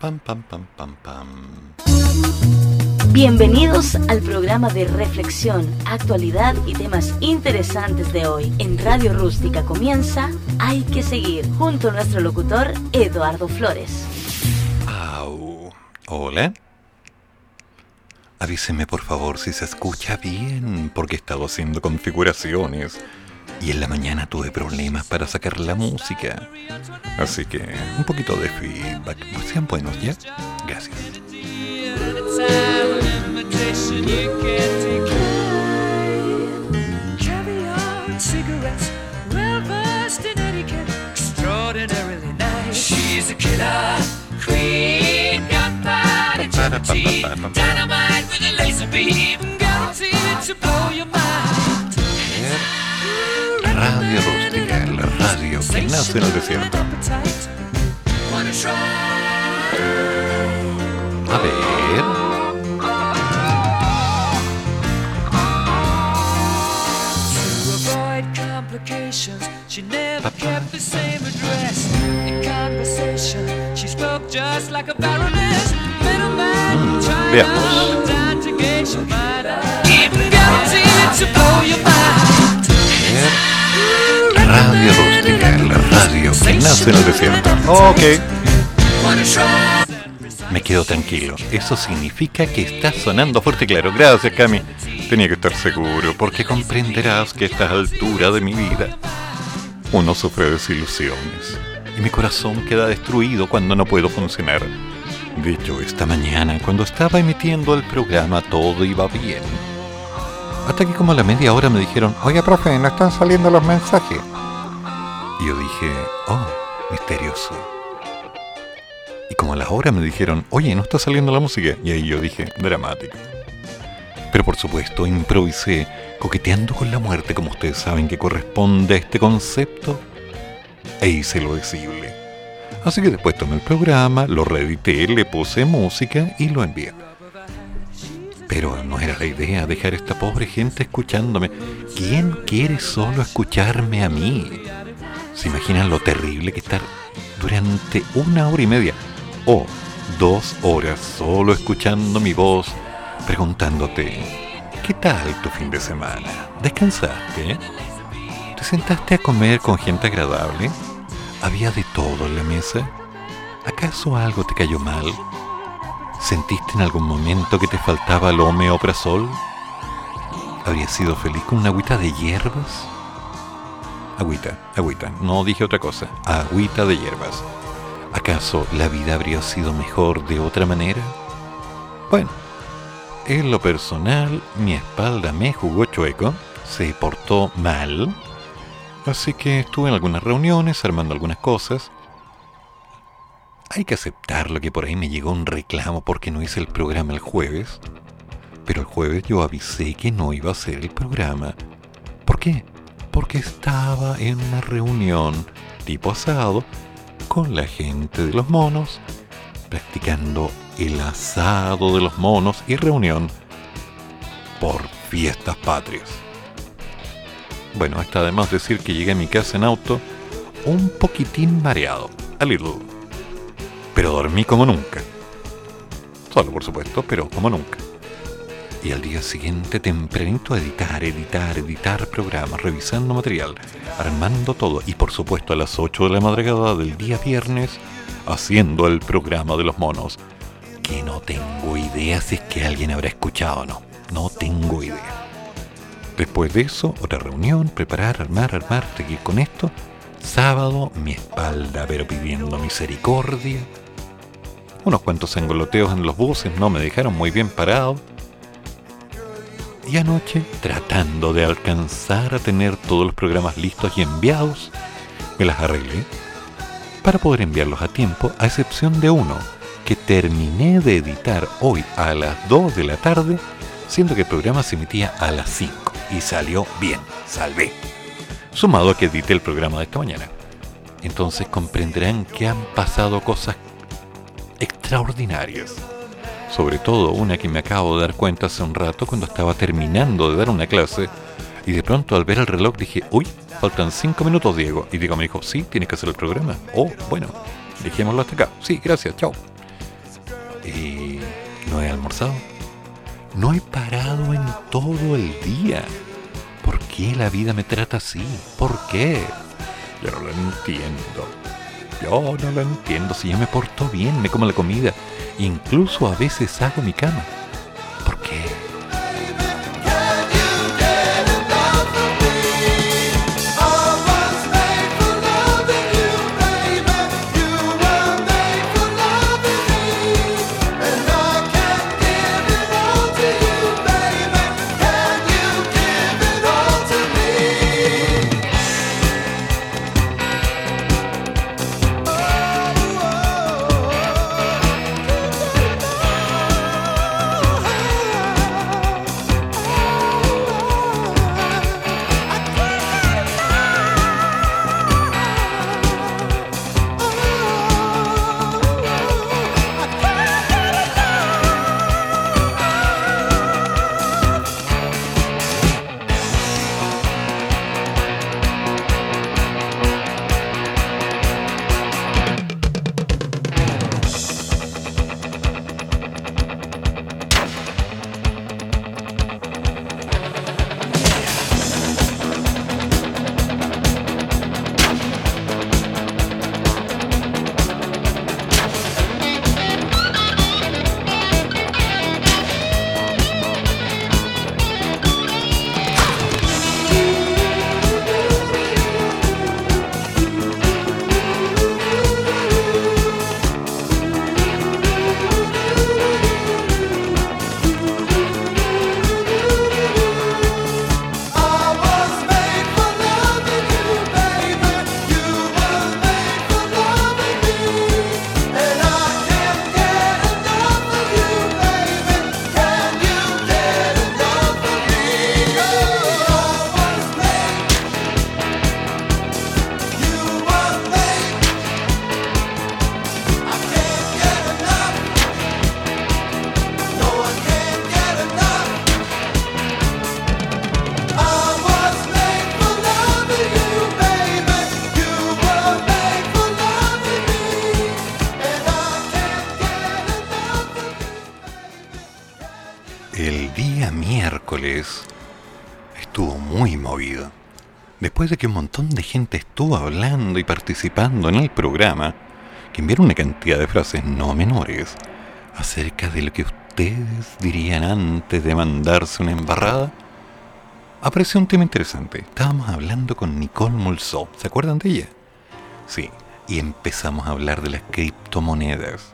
Pam, pam, pam, pam, pam. Bienvenidos al programa de reflexión, actualidad y temas interesantes de hoy. En Radio Rústica comienza Hay que seguir, junto a nuestro locutor Eduardo Flores. Au. Hola. Avíseme por favor si se escucha bien, porque he estado haciendo configuraciones y en la mañana tuve problemas para sacar la música. Así que un poquito de feedback. Sean buenos, ¿ya? Gracias. Radio Rústica, la radio que nace en el desierto. A ver. She never kept the same address. In conversation, she spoke just like a baroness. Middleman, Veamos. time to get your mind out. Even guaranteed to blow your mind. Radio Rústica, la radio que nace en el desierto. Ok. Me quedo tranquilo. Eso significa que está sonando fuerte y claro. Gracias, Cami. Tenía que estar seguro, porque comprenderás que a estas alturas de mi vida uno sufre desilusiones y mi corazón queda destruido cuando no puedo funcionar. De hecho, esta mañana, cuando estaba emitiendo el programa, todo iba bien. Hasta que como a la media hora me dijeron: oiga, profe, no están saliendo los mensajes. Y yo dije: oh, misterioso. Y como a la hora me dijeron: oye, no está saliendo la música. Y ahí yo dije: dramático. Pero por supuesto improvisé, coqueteando con la muerte, como ustedes saben que corresponde a este concepto, e hice lo decible. Así que después tomé el programa, lo reedité, le puse música y lo envié. Pero no era la idea dejar a esta pobre gente escuchándome. ¿Quién quiere solo escucharme a mí? ¿Se imaginan lo terrible que estar durante 1 hora y media o 2 horas solo escuchando mi voz, preguntándote: ¿qué tal tu fin de semana? ¿Descansaste? ¿Te sentaste a comer con gente agradable? ¿Había de todo en la mesa? ¿Acaso algo te cayó mal? ¿Sentiste en algún momento que te faltaba el omeprazol? ¿Habrías sido feliz con una agüita de hierbas? Agüita, no dije otra cosa. Agüita de hierbas. ¿Acaso la vida habría sido mejor de otra manera? Bueno, en lo personal, mi espalda me jugó chueco, se portó mal, así que estuve en algunas reuniones armando algunas cosas. Hay que aceptarlo que por ahí me llegó un reclamo porque no hice el programa el jueves, pero el jueves yo avisé que no iba a hacer el programa. ¿Por qué? Porque estaba en una reunión tipo asado con la gente de los monos, practicando el asado de los monos y reunión por fiestas patrias. Bueno, está de más decir que llegué a mi casa en auto un poquitín mareado, a little, pero dormí como nunca. Solo, por supuesto, pero como nunca. Y al día siguiente tempranito a editar programas, revisando material, armando todo, y por supuesto a las 8 de la madrugada del día viernes haciendo el programa de los monos, que no tengo idea si es que alguien habrá escuchado o no. No tengo idea. Después de eso, otra reunión, preparar, armar, seguir con esto. Sábado, mi espalda, pero pidiendo misericordia. Unos cuantos engoloteos en los buses no me dejaron muy bien parado. Y anoche, tratando de alcanzar a tener todos los programas listos y enviados, me las arreglé para poder enviarlos a tiempo, a excepción de uno que terminé de editar hoy a las 2 de la tarde, siendo que el programa se emitía a las 5 y salió bien, salvé. Sumado a que edité el programa de esta mañana. Entonces comprenderán que han pasado cosas extraordinarias. Sobre todo una que me acabo de dar cuenta hace un rato cuando estaba terminando de dar una clase y de pronto al ver el reloj dije: uy, faltan 5 minutos, Diego. Y Diego me dijo: sí, tienes que hacer el programa. Oh, bueno, dejémoslo hasta acá. Sí, gracias, chao. No he almorzado. No he parado en todo el día. ¿Por qué la vida me trata así? ¿Por qué? Yo no lo entiendo. Yo no lo entiendo. Si yo me porto bien, me como la comida. Incluso a veces hago mi cama. ¿Por qué? Estuvo muy movido. Después de que un montón de gente estuvo hablando y participando en el programa, que enviaron una cantidad de frases no menores acerca de lo que ustedes dirían antes de mandarse una embarrada, apareció un tema interesante. Estábamos hablando con Nicole Mulsov, ¿se acuerdan de ella? Sí, y empezamos a hablar de las criptomonedas.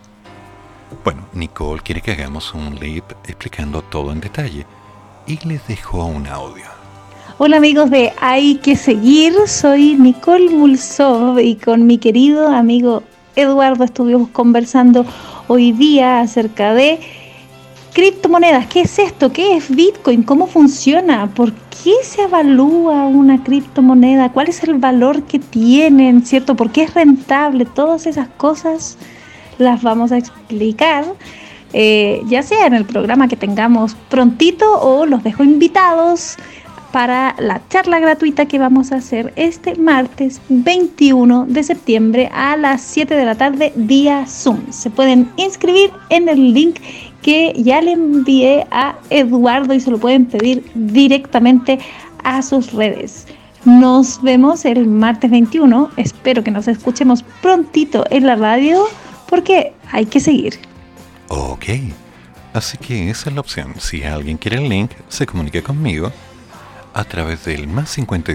Bueno, Nicole quiere que hagamos un live explicando todo en detalle y les dejó un audio. Hola amigos de Hay que Seguir, soy Nicole Mulsov y con mi querido amigo Eduardo estuvimos conversando hoy día acerca de criptomonedas. ¿Qué es esto? ¿Qué es Bitcoin? ¿Cómo funciona? ¿Por qué se evalúa una criptomoneda? ¿Cuál es el valor que tienen? ¿Cierto? ¿Por qué es rentable? Todas esas cosas las vamos a explicar, ya sea en el programa que tengamos prontito o los dejo invitados para la charla gratuita que vamos a hacer este martes 21 de septiembre a las 7 de la tarde vía Zoom. Se pueden inscribir en el link que ya le envié a Eduardo y se lo pueden pedir directamente a sus redes. Nos vemos el martes 21. Espero que nos escuchemos prontito en la radio porque hay que seguir. Ok, así que esa es la opción. Si alguien quiere el link, se comunica conmigo a través del más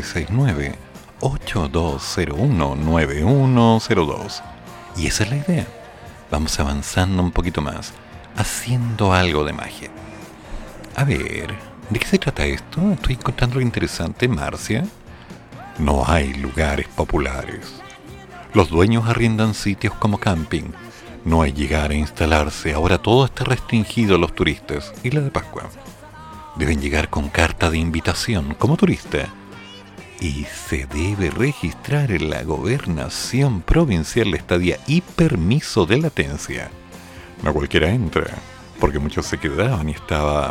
569-8201-9102. Y esa es la idea. Vamos avanzando un poquito más, haciendo algo de magia. A ver, ¿de qué se trata esto? Estoy encontrando algo interesante, Marcia. No hay lugares populares. Los dueños arriendan sitios como camping. No hay llegar a instalarse. Ahora todo está restringido a los turistas. Y la de Pascua. Deben llegar con carta de invitación como turista. Y se debe registrar en la gobernación provincial la estadía y permiso de latencia. No cualquiera entra, porque muchos se quedaban y estaba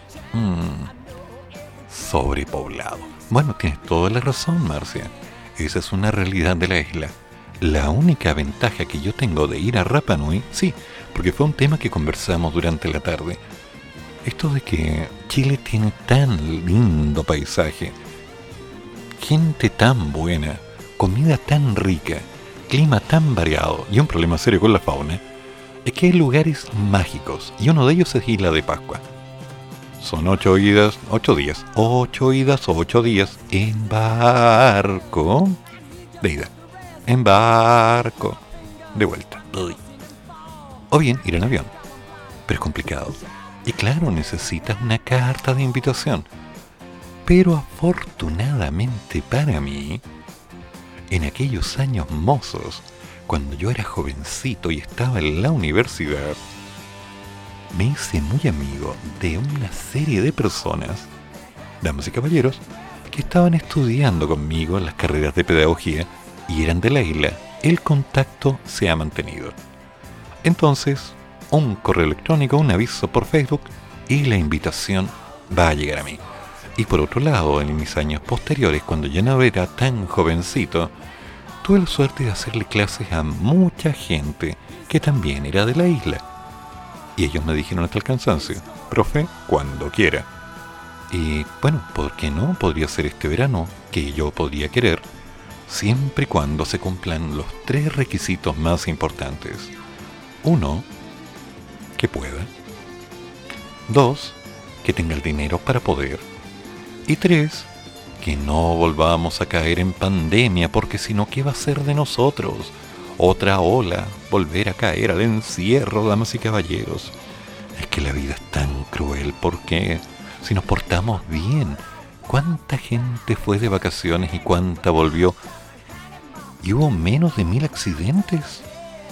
sobrepoblado. Bueno, tienes toda la razón, Marcia. Esa es una realidad de la isla. La única ventaja que yo tengo de ir a Rapa Nui, sí, porque fue un tema que conversamos durante la tarde. Esto de que Chile tiene tan lindo paisaje, gente tan buena, comida tan rica, clima tan variado y un problema serio con la fauna, es que hay lugares mágicos y uno de ellos es Isla de Pascua. Son 8 días o 8 días en barco de ida, en barco de vuelta, o bien ir en avión, pero es complicado y claro, necesitas una carta de invitación. Pero afortunadamente para mí, en aquellos años mozos, cuando yo era jovencito y estaba en la universidad, me hice muy amigo de una serie de personas, damas y caballeros, que estaban estudiando conmigo en las carreras de pedagogía y eran de la isla. El contacto se ha mantenido. Entonces, un correo electrónico, un aviso por Facebook y la invitación va a llegar a mí. Y por otro lado, en mis años posteriores, cuando ya no era tan jovencito, tuve la suerte de hacerle clases a mucha gente que también era de la isla. Y ellos me dijeron hasta el cansancio, profe, cuando quiera. Y bueno, ¿por qué no? Podría ser este verano, que yo podría querer, siempre y cuando se cumplan los 3 requisitos más importantes. 1, que pueda. 2, que tenga el dinero para poder. Y 3, que no volvamos a caer en pandemia, porque si no, ¿qué va a ser de nosotros? Otra ola, volver a caer al encierro, damas y caballeros. Es que la vida es tan cruel, porque si nos portamos bien, ¿cuánta gente fue de vacaciones y cuánta volvió? ¿Y hubo menos de 1000 accidentes?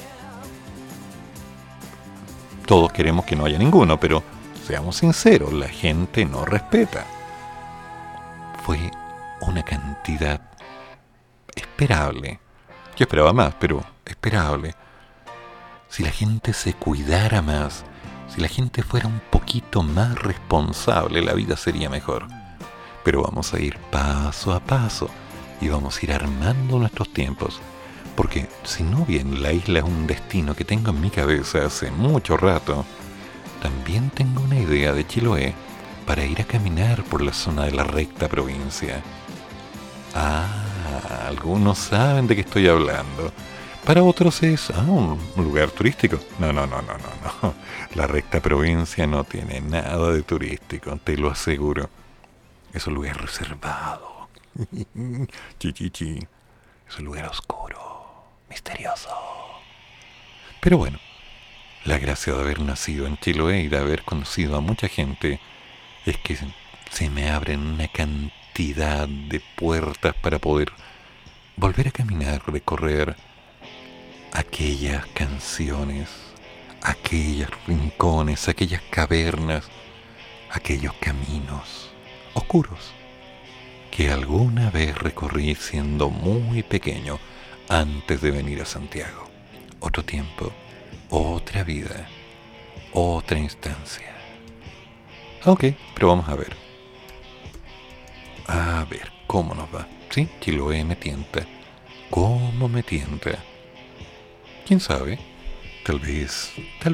Todos queremos que no haya ninguno, pero seamos sinceros, la gente no respeta. Fue una cantidad esperable. Yo esperaba más, pero esperable. Si la gente se cuidara más, si la gente fuera un poquito más responsable, la vida sería mejor. Pero vamos a ir paso a paso y vamos a ir armando nuestros tiempos. Porque si no bien la isla es un destino que tengo en mi cabeza hace mucho rato, también tengo una idea de Chiloé para ir a caminar por la zona de la recta provincia. Algunos saben de qué estoy hablando. Para otros es un lugar turístico. No. La recta provincia no tiene nada de turístico, te lo aseguro. Es un lugar reservado. Chichichi. Es un lugar oscuro, misterioso. Pero bueno, la gracia de haber nacido en Chiloé y de haber conocido a mucha gente es que se me abren una cantidad de puertas para poder volver a caminar, recorrer aquellas canciones, aquellos rincones, aquellas cavernas, aquellos caminos oscuros que alguna vez recorrí siendo muy pequeño antes de venir a Santiago. Otro tiempo, otra vida, otra instancia. Ok, pero vamos a ver. A ver, ¿cómo nos va? Sí, Chiloé me tienta. ¿Cómo me tienta? ¿Quién sabe? Tal vez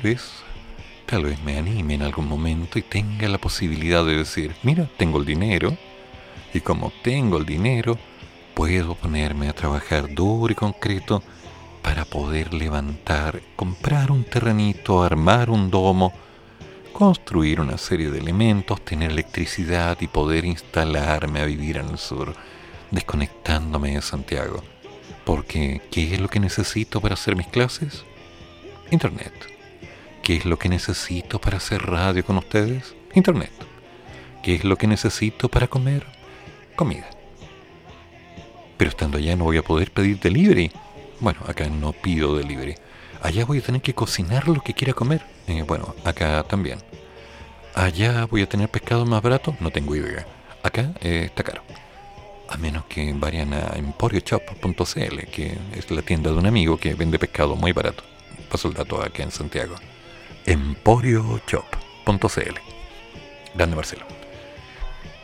me anime en algún momento y tenga la posibilidad de decir, mira, tengo el dinero, y como tengo el dinero, puedo ponerme a trabajar duro y concreto para poder levantar, comprar un terrenito, armar un domo, construir una serie de elementos, tener electricidad y poder instalarme a vivir en el sur, desconectándome de Santiago. Porque, ¿qué es lo que necesito para hacer mis clases? Internet. ¿Qué es lo que necesito para hacer radio con ustedes? Internet. ¿Qué es lo que necesito para comer? Comida. Pero estando allá no voy a poder pedir delivery. Bueno, acá no pido delivery. Allá voy a tener que cocinar lo que quiera comer. Bueno, acá también. Allá voy a tener pescado más barato. No tengo idea. Acá está caro. A menos que vayan a emporioshop.cl, que es la tienda de un amigo que vende pescado muy barato. Paso el dato acá en Santiago. emporioshop.cl. Grande Marcelo.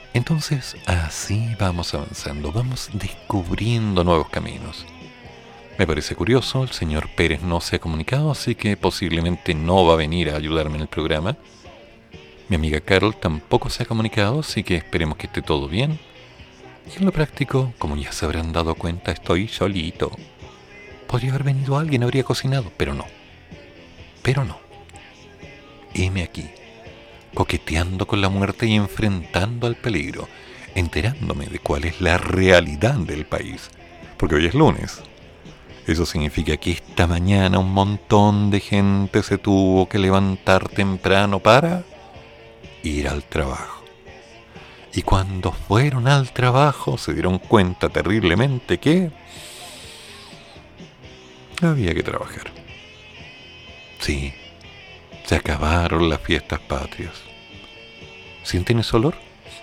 Entonces, así vamos avanzando. Vamos descubriendo nuevos caminos. Me parece curioso, el señor Pérez no se ha comunicado, así que posiblemente no va a venir a ayudarme en el programa. Mi amiga Carol tampoco se ha comunicado, así que esperemos que esté todo bien. Y en lo práctico, como ya se habrán dado cuenta, estoy solito. Podría haber venido alguien, habría cocinado, pero no. Heme aquí, coqueteando con la muerte y enfrentando al peligro, enterándome de cuál es la realidad del país. Porque hoy es lunes. Eso significa que esta mañana un montón de gente se tuvo que levantar temprano para ir al trabajo. Y cuando fueron al trabajo se dieron cuenta terriblemente que había que trabajar. Sí, se acabaron las fiestas patrias. ¿Sienten ese olor?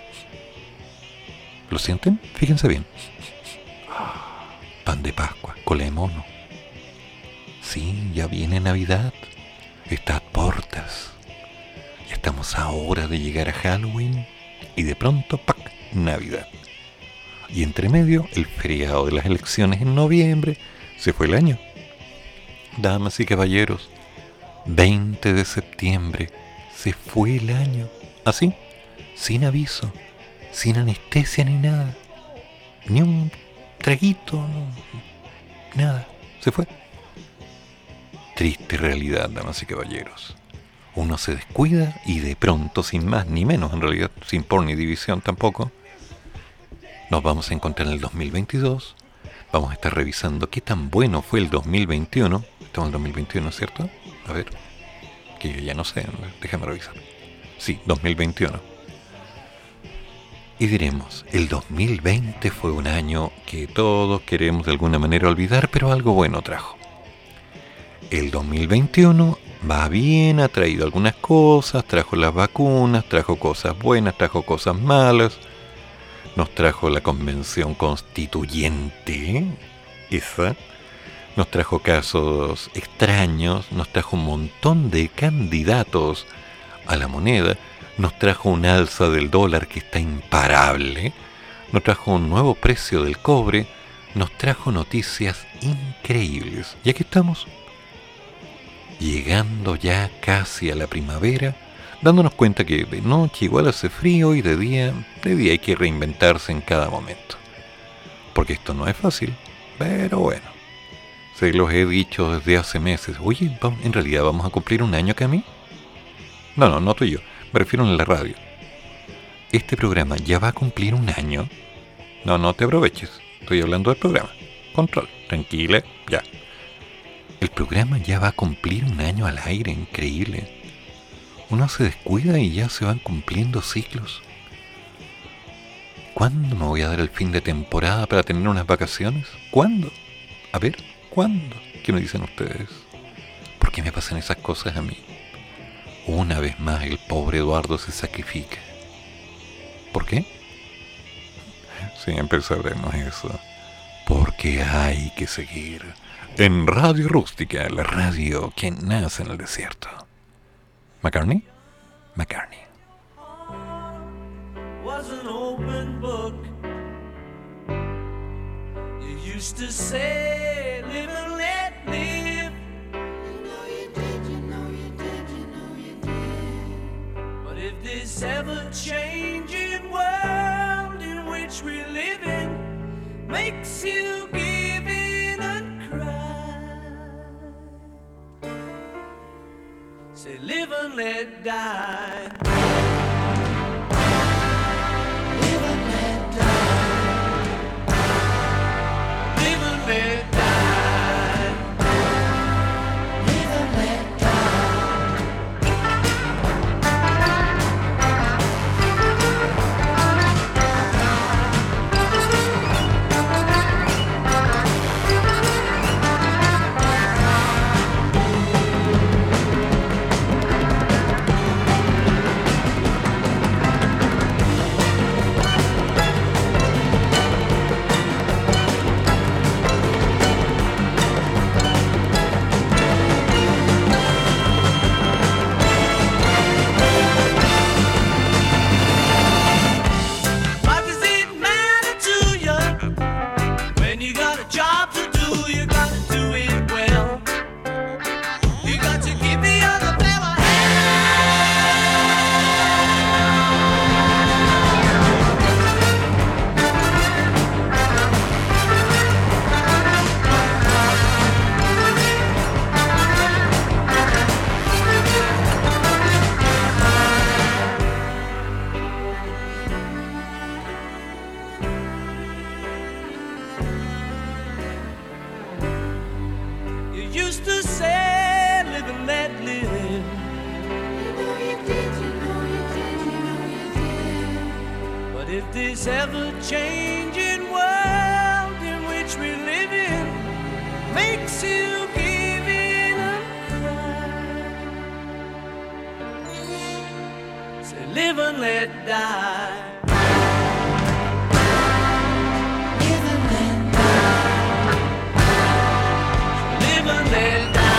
¿Lo sienten? Fíjense bien. Pan de Pascua, cola de mono. Sí, ya viene Navidad. Está a puertas. Ya estamos a hora de llegar a Halloween. Y de pronto, ¡pac!, Navidad. Y entre medio, el feriado de las elecciones en noviembre. Se fue el año. Damas y caballeros, 20 de septiembre. Se fue el año. Así, sin aviso, sin anestesia ni nada. Ni un traguito, no, nada, se fue. Triste realidad, damas y caballeros. Uno se descuida y de pronto, sin más ni menos, en realidad, sin por ni división tampoco, nos vamos a encontrar en el 2022. Vamos a estar revisando qué tan bueno fue el 2021. Estamos en el 2021, ¿cierto? A ver, que yo ya no sé, déjame revisar. Sí, 2021. Y diremos, el 2020 fue un año que todos queremos de alguna manera olvidar, pero algo bueno trajo. El 2021 va bien, ha traído algunas cosas, trajo las vacunas, trajo cosas buenas, trajo cosas malas, nos trajo la convención constituyente, esa, nos trajo casos extraños, nos trajo un montón de candidatos a la moneda, nos trajo un alza del dólar que está imparable, nos trajo un nuevo precio del cobre, nos trajo noticias increíbles. Y aquí estamos, llegando ya casi a la primavera, dándonos cuenta que de noche igual hace frío y de día hay que reinventarse en cada momento. Porque esto no es fácil, pero bueno, se los he dicho desde hace meses. Oye, ¿en realidad vamos a cumplir un año, Cami? No tú y yo. Me refiero en la radio. Este programa ya va a cumplir un año. No te aproveches. Estoy hablando del programa. Control. Tranquila. Ya. El programa ya va a cumplir un año al aire. Increíble. Uno se descuida y ya se van cumpliendo ciclos. ¿Cuándo me voy a dar el fin de temporada para tener unas vacaciones? ¿Cuándo? A ver, ¿cuándo? ¿Qué me dicen ustedes? ¿Por qué me pasan esas cosas a mí? Una vez más el pobre Eduardo se sacrifica. ¿Por qué? Siempre sabremos eso. Porque hay que seguir en Radio Rústica, la radio que nace en el desierto. ¿McCartney? McCartney. Was an open book. You used to say, live and let live. You know you did, you know you did, you know you did. But if this ever-changing world in which we live in makes you give in and cry, say live and let die. Live and let die. Live and let die. Live and let die. this ever-changing world in which we live in makes you give in a cry. Say, live and let die. Live and let die. Live and let die.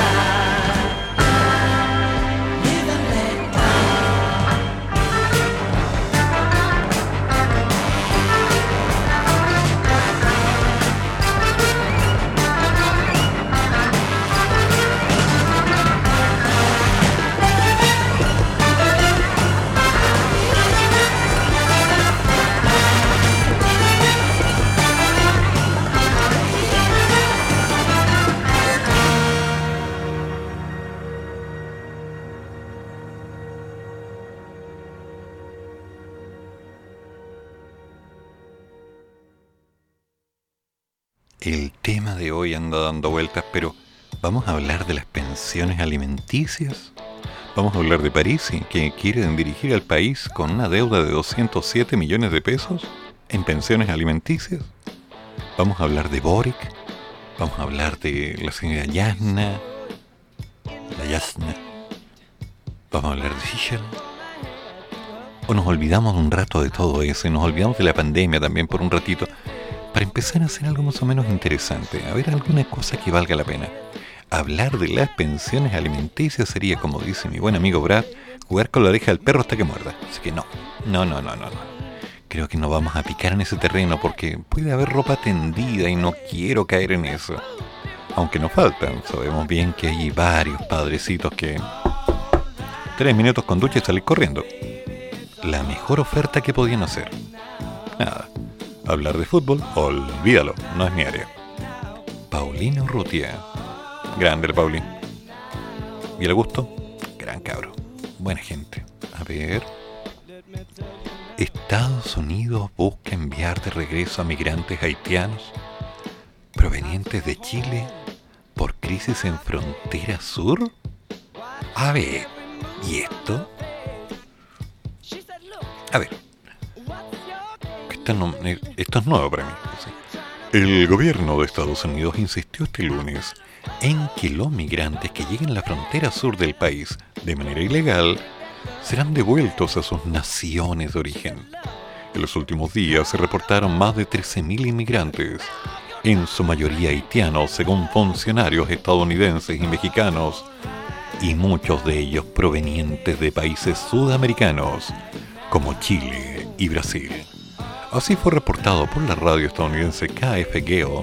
El tema de hoy anda dando vueltas, pero ¿vamos a hablar de las pensiones alimenticias? ¿Vamos a hablar de Parisi, que quieren dirigir al país con una deuda de 207 millones de pesos en pensiones alimenticias? ¿Vamos a hablar de Boric? ¿Vamos a hablar de la señora Yasna? La Yasna. ¿Vamos a hablar de Sichel? ¿O nos olvidamos un rato de todo eso y nos olvidamos de la pandemia también por un ratito? Para empezar a hacer algo más o menos interesante, a ver alguna cosa que valga la pena. Hablar de las pensiones alimenticias sería, como dice mi buen amigo Brad, jugar con la oreja del perro hasta que muerda. Así que no. Creo que no vamos a picar en ese terreno porque puede haber ropa tendida y no quiero caer en eso. Aunque nos faltan, sabemos bien que hay varios padrecitos que 3 minutos con ducha y salir corriendo. La mejor oferta que podían hacer. Nada. Hablar de fútbol, olvídalo, no es mi área. Paulino Urrutia. Grande el Paulín. ¿Y el Augusto? Gran cabro. Buena gente. A ver. Estados Unidos busca enviar de regreso a migrantes haitianos provenientes de Chile por crisis en frontera sur. A ver, ¿y esto? A ver. Esto es nuevo para mí. ¿Sí? El gobierno de Estados Unidos insistió este lunes en que los migrantes que lleguen a la frontera sur del país de manera ilegal serán devueltos a sus naciones de origen. En los últimos días se reportaron más de 13.000 inmigrantes, en su mayoría haitianos, según funcionarios estadounidenses y mexicanos, y muchos de ellos provenientes de países sudamericanos, como Chile y Brasil. Así fue reportado por la radio estadounidense KFGO,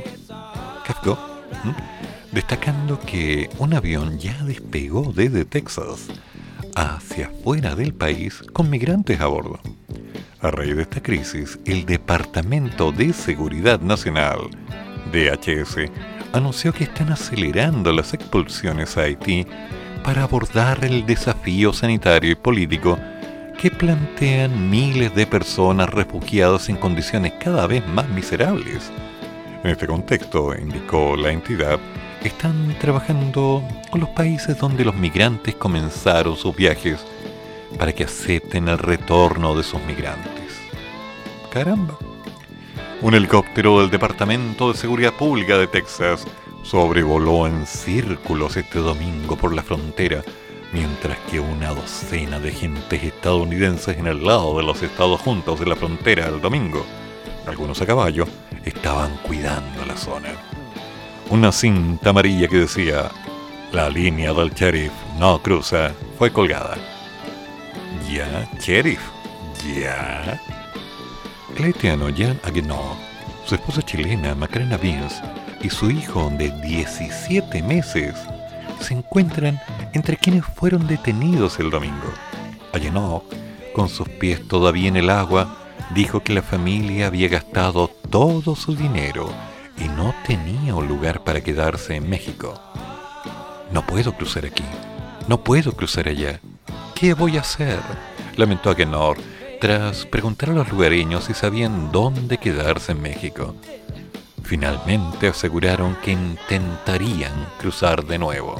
destacando que un avión ya despegó desde Texas hacia afuera del país con migrantes a bordo. A raíz de esta crisis, el Departamento de Seguridad Nacional, DHS, anunció que están acelerando las expulsiones a Haití para abordar el desafío sanitario y político que plantean miles de personas refugiadas en condiciones cada vez más miserables. En este contexto, indicó la entidad, están trabajando con los países donde los migrantes comenzaron sus viajes para que acepten el retorno de sus migrantes. ¡Caramba! Un helicóptero del Departamento de Seguridad Pública de Texas sobrevoló en círculos este domingo por la frontera, mientras que una docena de agentes estadounidenses en el lado de los Estados Juntos de la frontera el domingo, algunos a caballo, estaban cuidando la zona. Una cinta amarilla que decía "La línea del sheriff no cruza" fue colgada. ¿Ya, sheriff? ¿Ya? El haitiano Jan Aguenot, su esposa chilena Macarena Vince y su hijo de 17 meses se encuentran entre quienes fueron detenidos el domingo. Aguenot, con sus pies todavía en el agua, dijo que la familia había gastado todo su dinero y no tenía un lugar para quedarse en México. No puedo cruzar aquí, no puedo cruzar allá. ¿Qué voy a hacer?, lamentó Aguenot tras preguntar a los lugareños si sabían dónde quedarse en México. Finalmente aseguraron que intentarían cruzar de nuevo.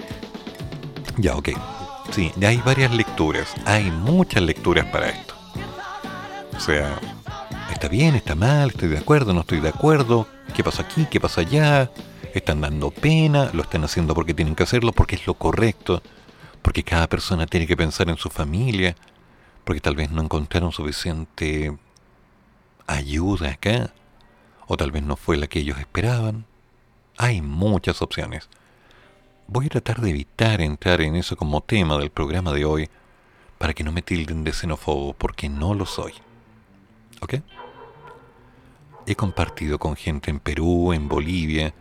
Ya, ok. Sí, hay varias lecturas, hay muchas lecturas para esto. O sea, está bien, está mal, estoy de acuerdo, no estoy de acuerdo, qué pasa aquí, qué pasa allá, están dando pena, lo están haciendo porque tienen que hacerlo, porque es lo correcto, porque cada persona tiene que pensar en su familia, porque tal vez no encontraron suficiente ayuda acá, o tal vez no fue la que ellos esperaban. Hay muchas opciones. Voy a tratar de evitar entrar en eso como tema del programa de hoy, para que no me tilden de xenófobo, porque no lo soy. ¿Ok? He compartido con gente en Perú, en Bolivia,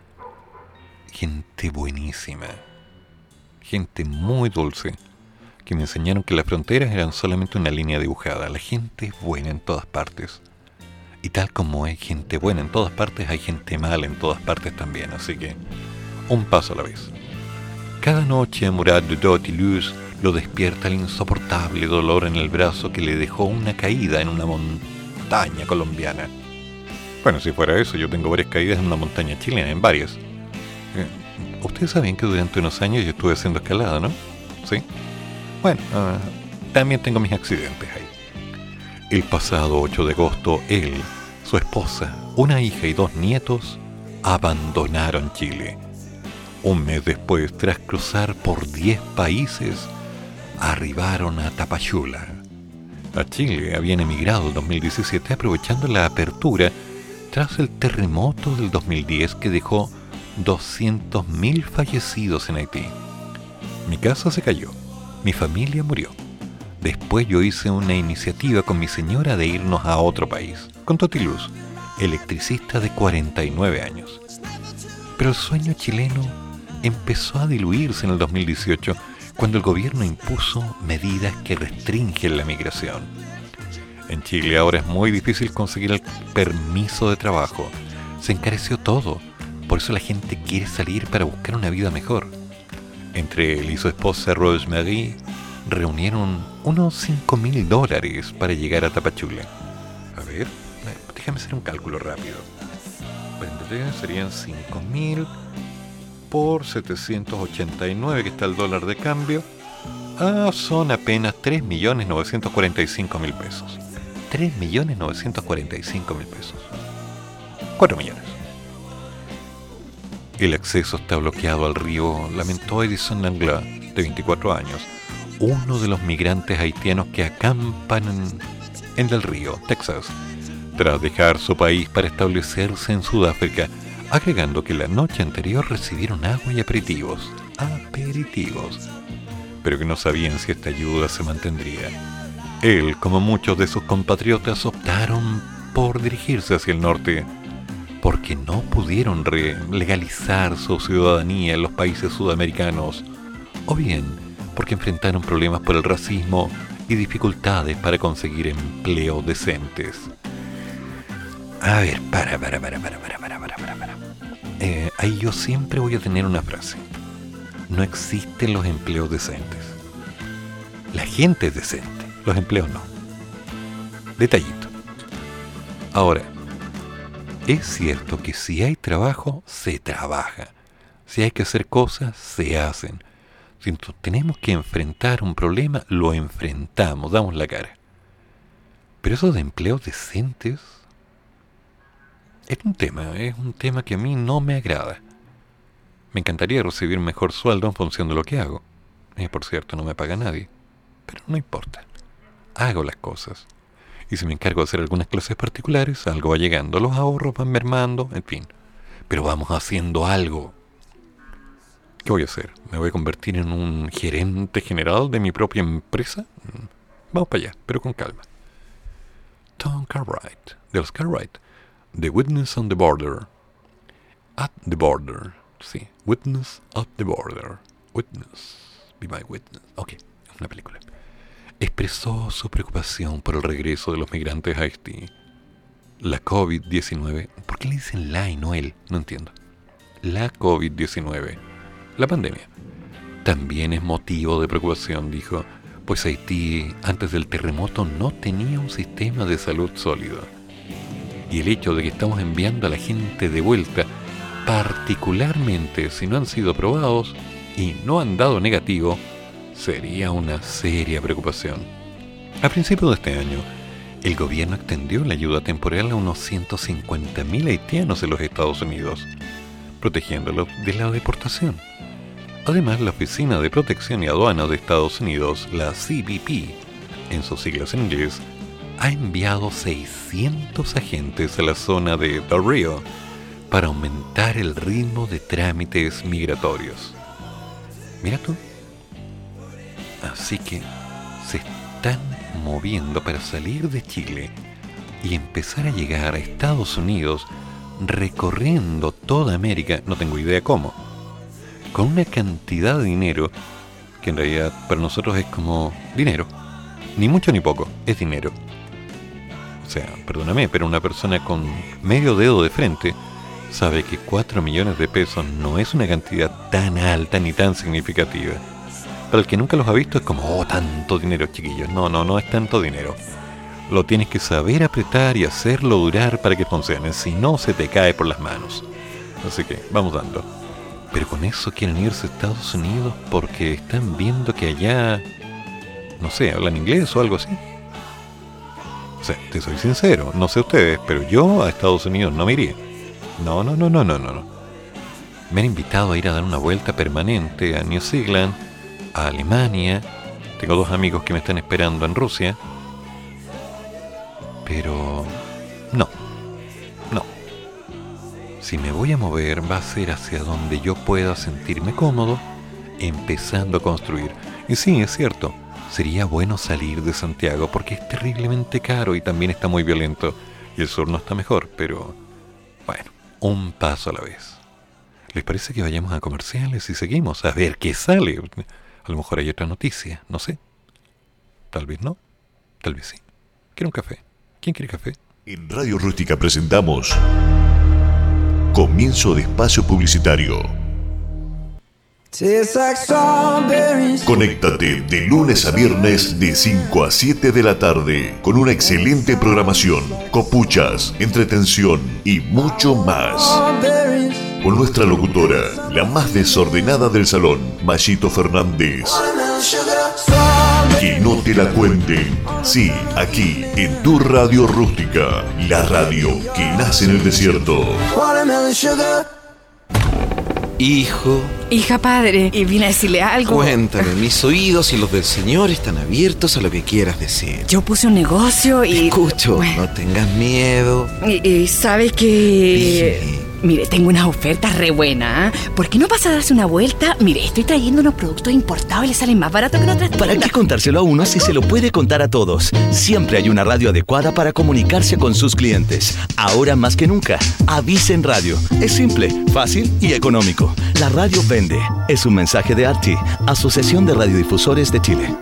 gente buenísima, gente muy dulce, que me enseñaron que las fronteras eran solamente una línea dibujada. La gente es buena en todas partes. Y tal como hay gente buena en todas partes, hay gente mala en todas partes también. Así que, un paso a la vez. Cada noche a Murad de Dotilus lo despierta el insoportable dolor en el brazo que le dejó una caída en una montaña colombiana. Bueno, si fuera eso, yo tengo varias caídas en una montaña chilena, en varias. Ustedes saben que durante unos años yo estuve haciendo escalada, ¿no? ¿Sí? Bueno, también tengo mis accidentes ahí. El pasado 8 de agosto, él, su esposa, una hija y 2 nietos abandonaron Chile. Un mes después, tras cruzar por 10 países, arribaron a Tapachula. A Chile habían emigrado en 2017 aprovechando la apertura tras el terremoto del 2010 que dejó 200.000 fallecidos en Haití. Mi casa se cayó, mi familia murió. Después yo hice una iniciativa con mi señora de irnos a otro país, con Totiluz, electricista de 49 años. Pero el sueño chileno empezó a diluirse en el 2018 cuando el gobierno impuso medidas que restringen la migración. En Chile ahora es muy difícil conseguir el permiso de trabajo. Se encareció todo, por eso la gente quiere salir para buscar una vida mejor. Entre él y su esposa Rosemary reunieron unos $5.000 para llegar a Tapachula. A ver, déjame hacer un cálculo rápido. Serían 5.000 por 789, que está el dólar de cambio. Son apenas 3.945.000 pesos. 3.945.000 pesos. 4 millones. El acceso está bloqueado al río, lamentó Edison Langlois, de 24 años, uno de los migrantes haitianos que acampan en el río, Texas, tras dejar su país para establecerse en Sudáfrica, agregando que la noche anterior recibieron agua y aperitivos, pero que no sabían si esta ayuda se mantendría. Él, como muchos de sus compatriotas, optaron por dirigirse hacia el norte, porque no pudieron legalizar su ciudadanía en los países sudamericanos, o bien porque enfrentaron problemas por el racismo y dificultades para conseguir empleos decentes. A ver, para. Ahí yo siempre voy a tener una frase. No existen los empleos decentes. La gente es decente, los empleos no. Detallito. Ahora, es cierto que si hay trabajo, se trabaja. Si hay que hacer cosas, se hacen. Si tenemos que enfrentar un problema, lo enfrentamos, damos la cara. Pero eso de empleos decentes es un tema que a mí no me agrada. Me encantaría recibir mejor sueldo en función de lo que hago. Por cierto, no me paga nadie, pero no importa. Hago las cosas. Y si me encargo de hacer algunas clases particulares, algo va llegando, los ahorros van mermando, en fin. Pero vamos haciendo algo. ¿Qué voy a hacer? ¿Me voy a convertir en un gerente general de mi propia empresa? Vamos para allá, pero con calma. Tom Cartwright, de los Cartwright, The Witness on the Border. At the Border, sí. Witness at the Border. Witness, be my witness. Ok, es una película. Expresó su preocupación por el regreso de los migrantes a Haití. La COVID-19, ¿por qué le dicen la y no él? No entiendo. La COVID-19, la pandemia, también es motivo de preocupación, dijo, pues Haití, antes del terremoto, no tenía un sistema de salud sólido. Y el hecho de que estamos enviando a la gente de vuelta, particularmente si no han sido probados y no han dado negativo, sería una seria preocupación. A principios de este año, el gobierno extendió la ayuda temporal a unos 150.000 haitianos en los Estados Unidos, protegiéndolos de la deportación. Además, la Oficina de Protección y Aduanas de Estados Unidos, la CBP, en sus siglas en inglés, ha enviado 600 agentes a la zona de Del Rio para aumentar el ritmo de trámites migratorios. Mira tú. Así que se están moviendo para salir de Chile y empezar a llegar a Estados Unidos, recorriendo toda América, no tengo idea cómo, con una cantidad de dinero que en realidad para nosotros es como dinero, ni mucho ni poco, es dinero. O sea, perdóname, pero una persona con medio dedo de frente sabe que 4 millones de pesos no es una cantidad tan alta ni tan significativa. Para el que nunca los ha visto es como, oh, tanto dinero, chiquillos. No es tanto dinero. Lo tienes que saber apretar y hacerlo durar para que funcione, si no se te cae por las manos. Así que, vamos dando. Pero con eso quieren irse a Estados Unidos porque están viendo que allá, no sé, hablan inglés o algo así. O sea, te soy sincero, no sé ustedes, pero yo a Estados Unidos no me iría. No. Me han invitado a ir a dar una vuelta permanente a New Zealand, a Alemania. Tengo 2 amigos que me están esperando en Rusia. Pero no. Si me voy a mover, va a ser hacia donde yo pueda sentirme cómodo, empezando a construir. Y sí, es cierto, sería bueno salir de Santiago porque es terriblemente caro y también está muy violento. Y el sur no está mejor, pero bueno, un paso a la vez. ¿Les parece que vayamos a comerciales y seguimos a ver qué sale? A lo mejor hay otra noticia, no sé. Tal vez no, tal vez sí. Quiero un café. ¿Quién quiere café? En Radio Rústica presentamos Comienzo de Espacio Publicitario. Conéctate de lunes a viernes de 5 a 7 de la tarde con una excelente programación, copuchas, entretención y mucho más. Con nuestra locutora, la más desordenada del salón, Mayito Fernández. Que no te la cuenten. Sí, aquí, en tu Radio Rústica, la radio que nace en el desierto. Hijo. Hija, padre, y vine a decirle algo. Cuéntame, mis oídos y los del Señor están abiertos a lo que quieras decir. Yo puse un negocio y... Escucho, bueno, no tengas miedo. Y sabes que... Dime. Mire, tengo unas ofertas re buenas, ¿eh? ¿Por qué no pasa a darse una vuelta? Mire, estoy trayendo unos productos importados y les salen más baratos que en otras tiendas. ¿Para qué contárselo a uno si se lo puede contar a todos? Siempre hay una radio adecuada para comunicarse con sus clientes. Ahora más que nunca, Avisen Radio. Es simple, fácil y económico. La radio vende. Es un mensaje de ARTI, Asociación de Radiodifusores de Chile.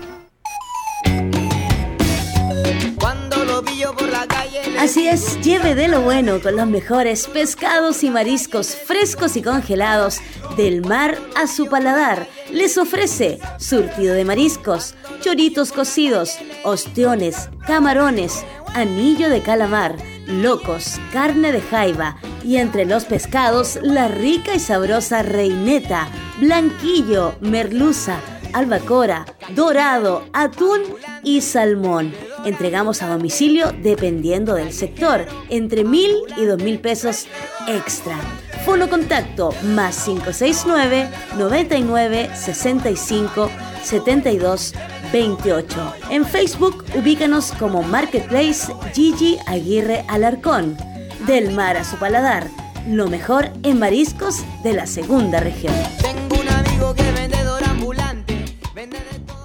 Así es, lleve de lo bueno con los mejores pescados y mariscos frescos y congelados del mar a su paladar. Les ofrece surtido de mariscos, choritos cocidos, ostiones, camarones, anillo de calamar, locos, carne de jaiba y entre los pescados la rica y sabrosa reineta, blanquillo, merluza, albacora, dorado, atún y salmón. Entregamos a domicilio dependiendo del sector, entre 1.000 y 2.000 pesos extra. Fono contacto más 569 99 65 72 28. En Facebook ubícanos como Marketplace Gigi Aguirre Alarcón. Del mar a su paladar, lo mejor en mariscos de la segunda región. Tengo un amigo que es vendedor ambulante, vende de todo.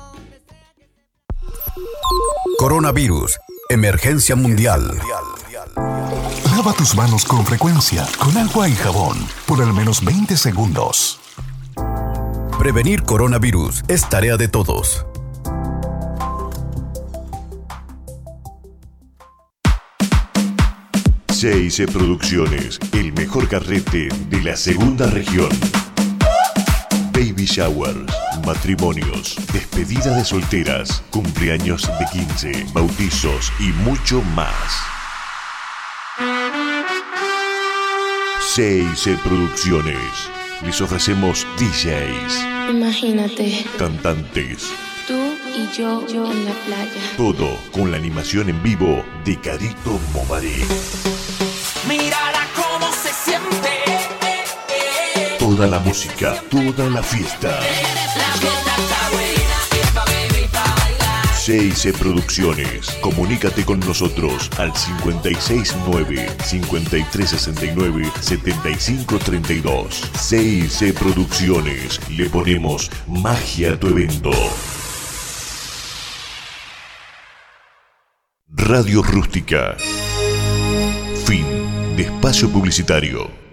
Coronavirus, emergencia mundial. Lava tus manos con frecuencia, con agua y jabón, por al menos 20 segundos. Prevenir coronavirus es tarea de todos. CIC Producciones, el mejor carrete de la segunda región. Baby showers, matrimonios, despedida de solteras, cumpleaños de 15, bautizos y mucho más. CIC Producciones. Les ofrecemos DJs, Imagínate, cantantes, tú y yo en la playa. Todo con la animación en vivo de Carito Momaré. Mírala cómo se siente. Toda la música, toda la fiesta. La fiesta está buena, es pa' beber y pa' bailar. CIC Producciones. Comunícate con nosotros al 569-5369-7532. CIC Producciones. Le ponemos magia a tu evento. Radio Rústica. Fin de espacio publicitario.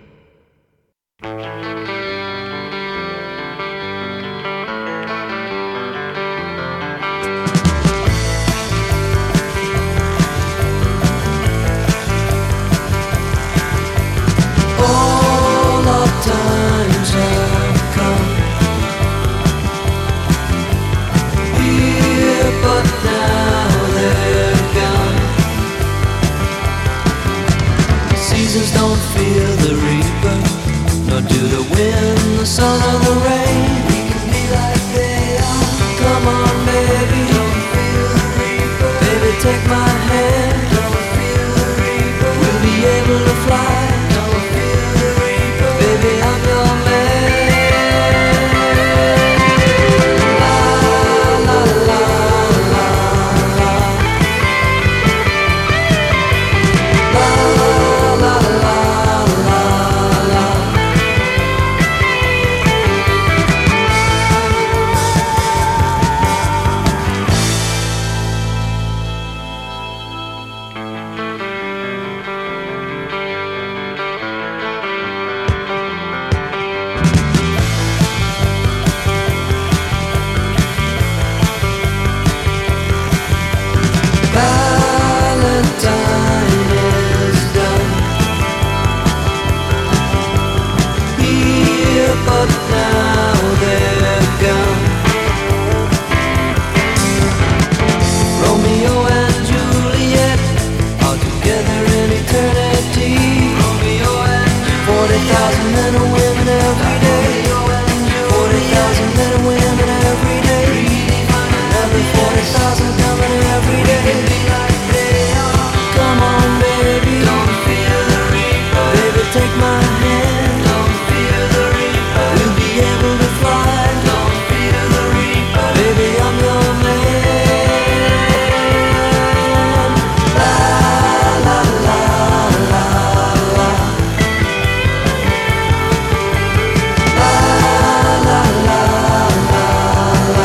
All our times have come here, but now they're gone. Seasons don't feel the reaper, nor do the wind, the sun, or the rain. We can be like they are. Come on, baby, don't feel the reaper. Baby, take my hand, don't feel the reaper. We'll be able to fly. Don't feel the reaper. Baby, I'm your man. La la la la la. La la la la la. Valentine is done here, but now they're gone. Romeo and Juliet are together in eternity. Romeo and Juliet. 40,000 men and women every day. 40,000 men and women every day. Another 40,000 coming every day. Come on, baby, don't feel the reaper. Baby, take my hand, don't feel the reaper. We'll be able to fly, don't feel the reaper. Baby, I'm your man. La la la la la. La la la la la.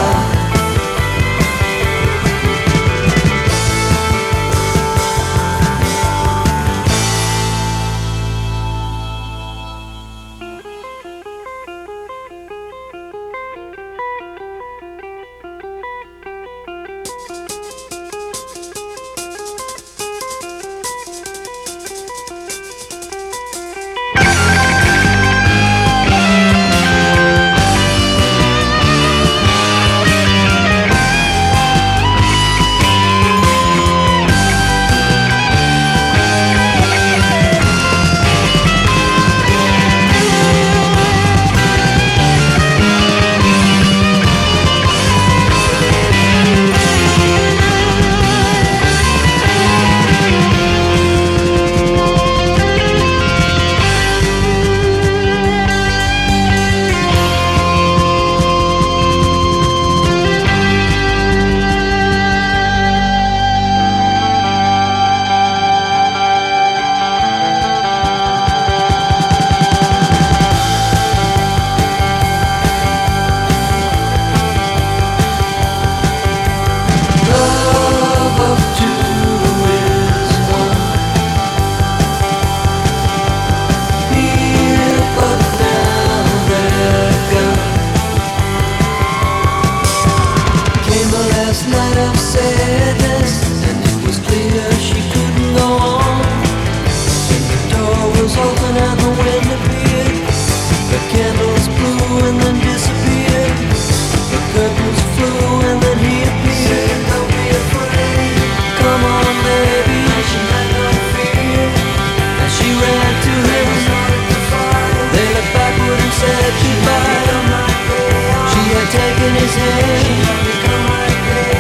Love of two is one. Here, but now they're gone. Came the last night of sadness, and it was clear she couldn't go on. And the door was open and the wind appeared. The candles blew and then disappeared. The curtains flew and then he appeared. Don't be afraid. Come on, baby. She had no fear. And she ran to him. They looked backward and said goodbye. She had taken his hand.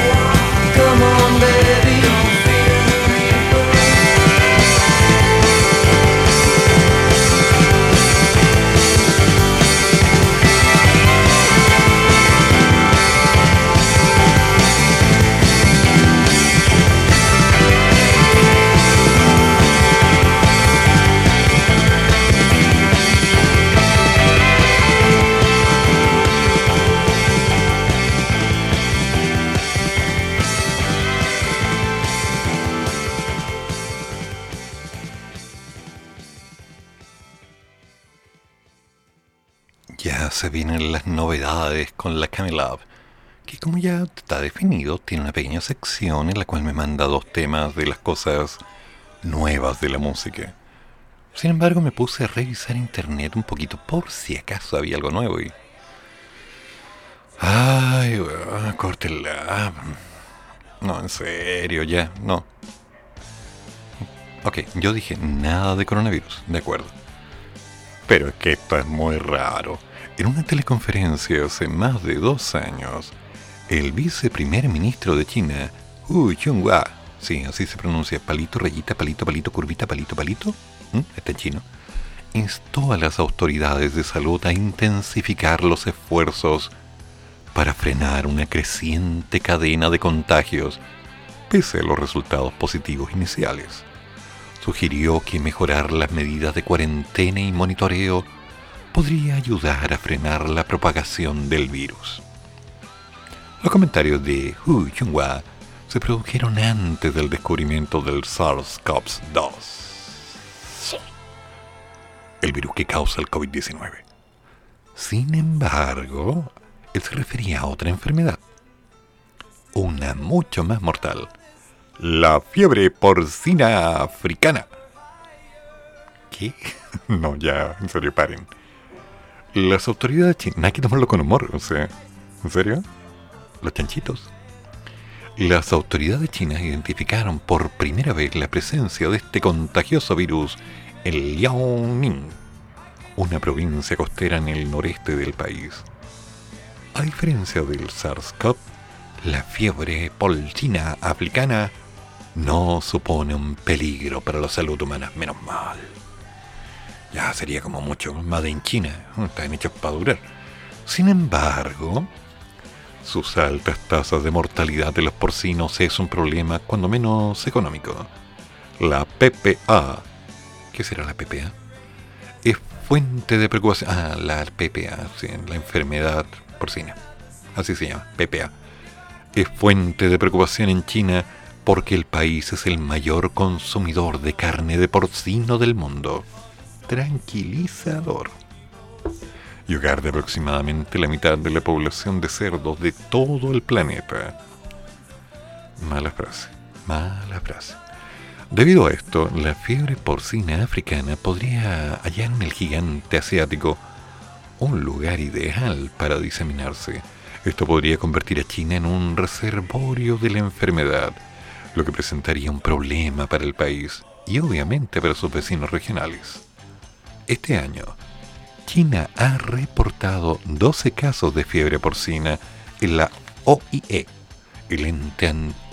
se vienen las novedades con la Camelab, que como ya está definido, tiene una pequeña sección en la cual me manda 2 temas de las cosas nuevas de la música. Sin embargo, me puse a revisar internet un poquito por si acaso había algo nuevo y... Ay, bueno, córtela. No, en serio, ya, no. Ok, yo dije nada de coronavirus, de acuerdo. Pero es que esto es muy raro. En una teleconferencia hace más de 2 años, el viceprimer ministro de China, Hu Jintao, sí, así se pronuncia, palito, rayita, palito, palito, curvita, palito, palito, está en chino, instó a las autoridades de salud a intensificar los esfuerzos para frenar una creciente cadena de contagios, pese a los resultados positivos iniciales. Sugirió que mejorar las medidas de cuarentena y monitoreo podría ayudar a frenar la propagación del virus. Los comentarios de Hu Jintao se produjeron antes del descubrimiento del SARS-CoV-2, el virus que causa el COVID-19. Sin embargo, él se refería a otra enfermedad, una mucho más mortal, la fiebre porcina africana. ¿Qué? No, ya, en serio, paren. Las autoridades chinas, hay que tomarlo con humor, o sea, ¿en serio? Los chanchitos. Las autoridades chinas identificaron por primera vez la presencia de este contagioso virus en Liaoning, una provincia costera en el noreste del país. A diferencia del SARS-CoV, la fiebre porcina africana no supone un peligro para la salud humana, menos mal. Ya sería como mucho más de en China, están hechos para durar. Sin embargo, sus altas tasas de mortalidad de los porcinos es un problema cuando menos económico. La PPA, ¿qué será la PPA? Es fuente de preocupación. La PPA, sí, la enfermedad porcina, así se llama, PPA. Es fuente de preocupación en China porque el país es el mayor consumidor de carne de porcino del mundo. Tranquilizador. Y hogar de aproximadamente la mitad de la población de cerdos de todo el planeta. Mala frase, mala frase. Debido a esto, la fiebre porcina africana podría hallar en el gigante asiático un lugar ideal para diseminarse. Esto podría convertir a China en un reservorio de la enfermedad, lo que presentaría un problema para el país y obviamente para sus vecinos regionales. Este año, China ha reportado 12 casos de fiebre porcina en la OIE, el ente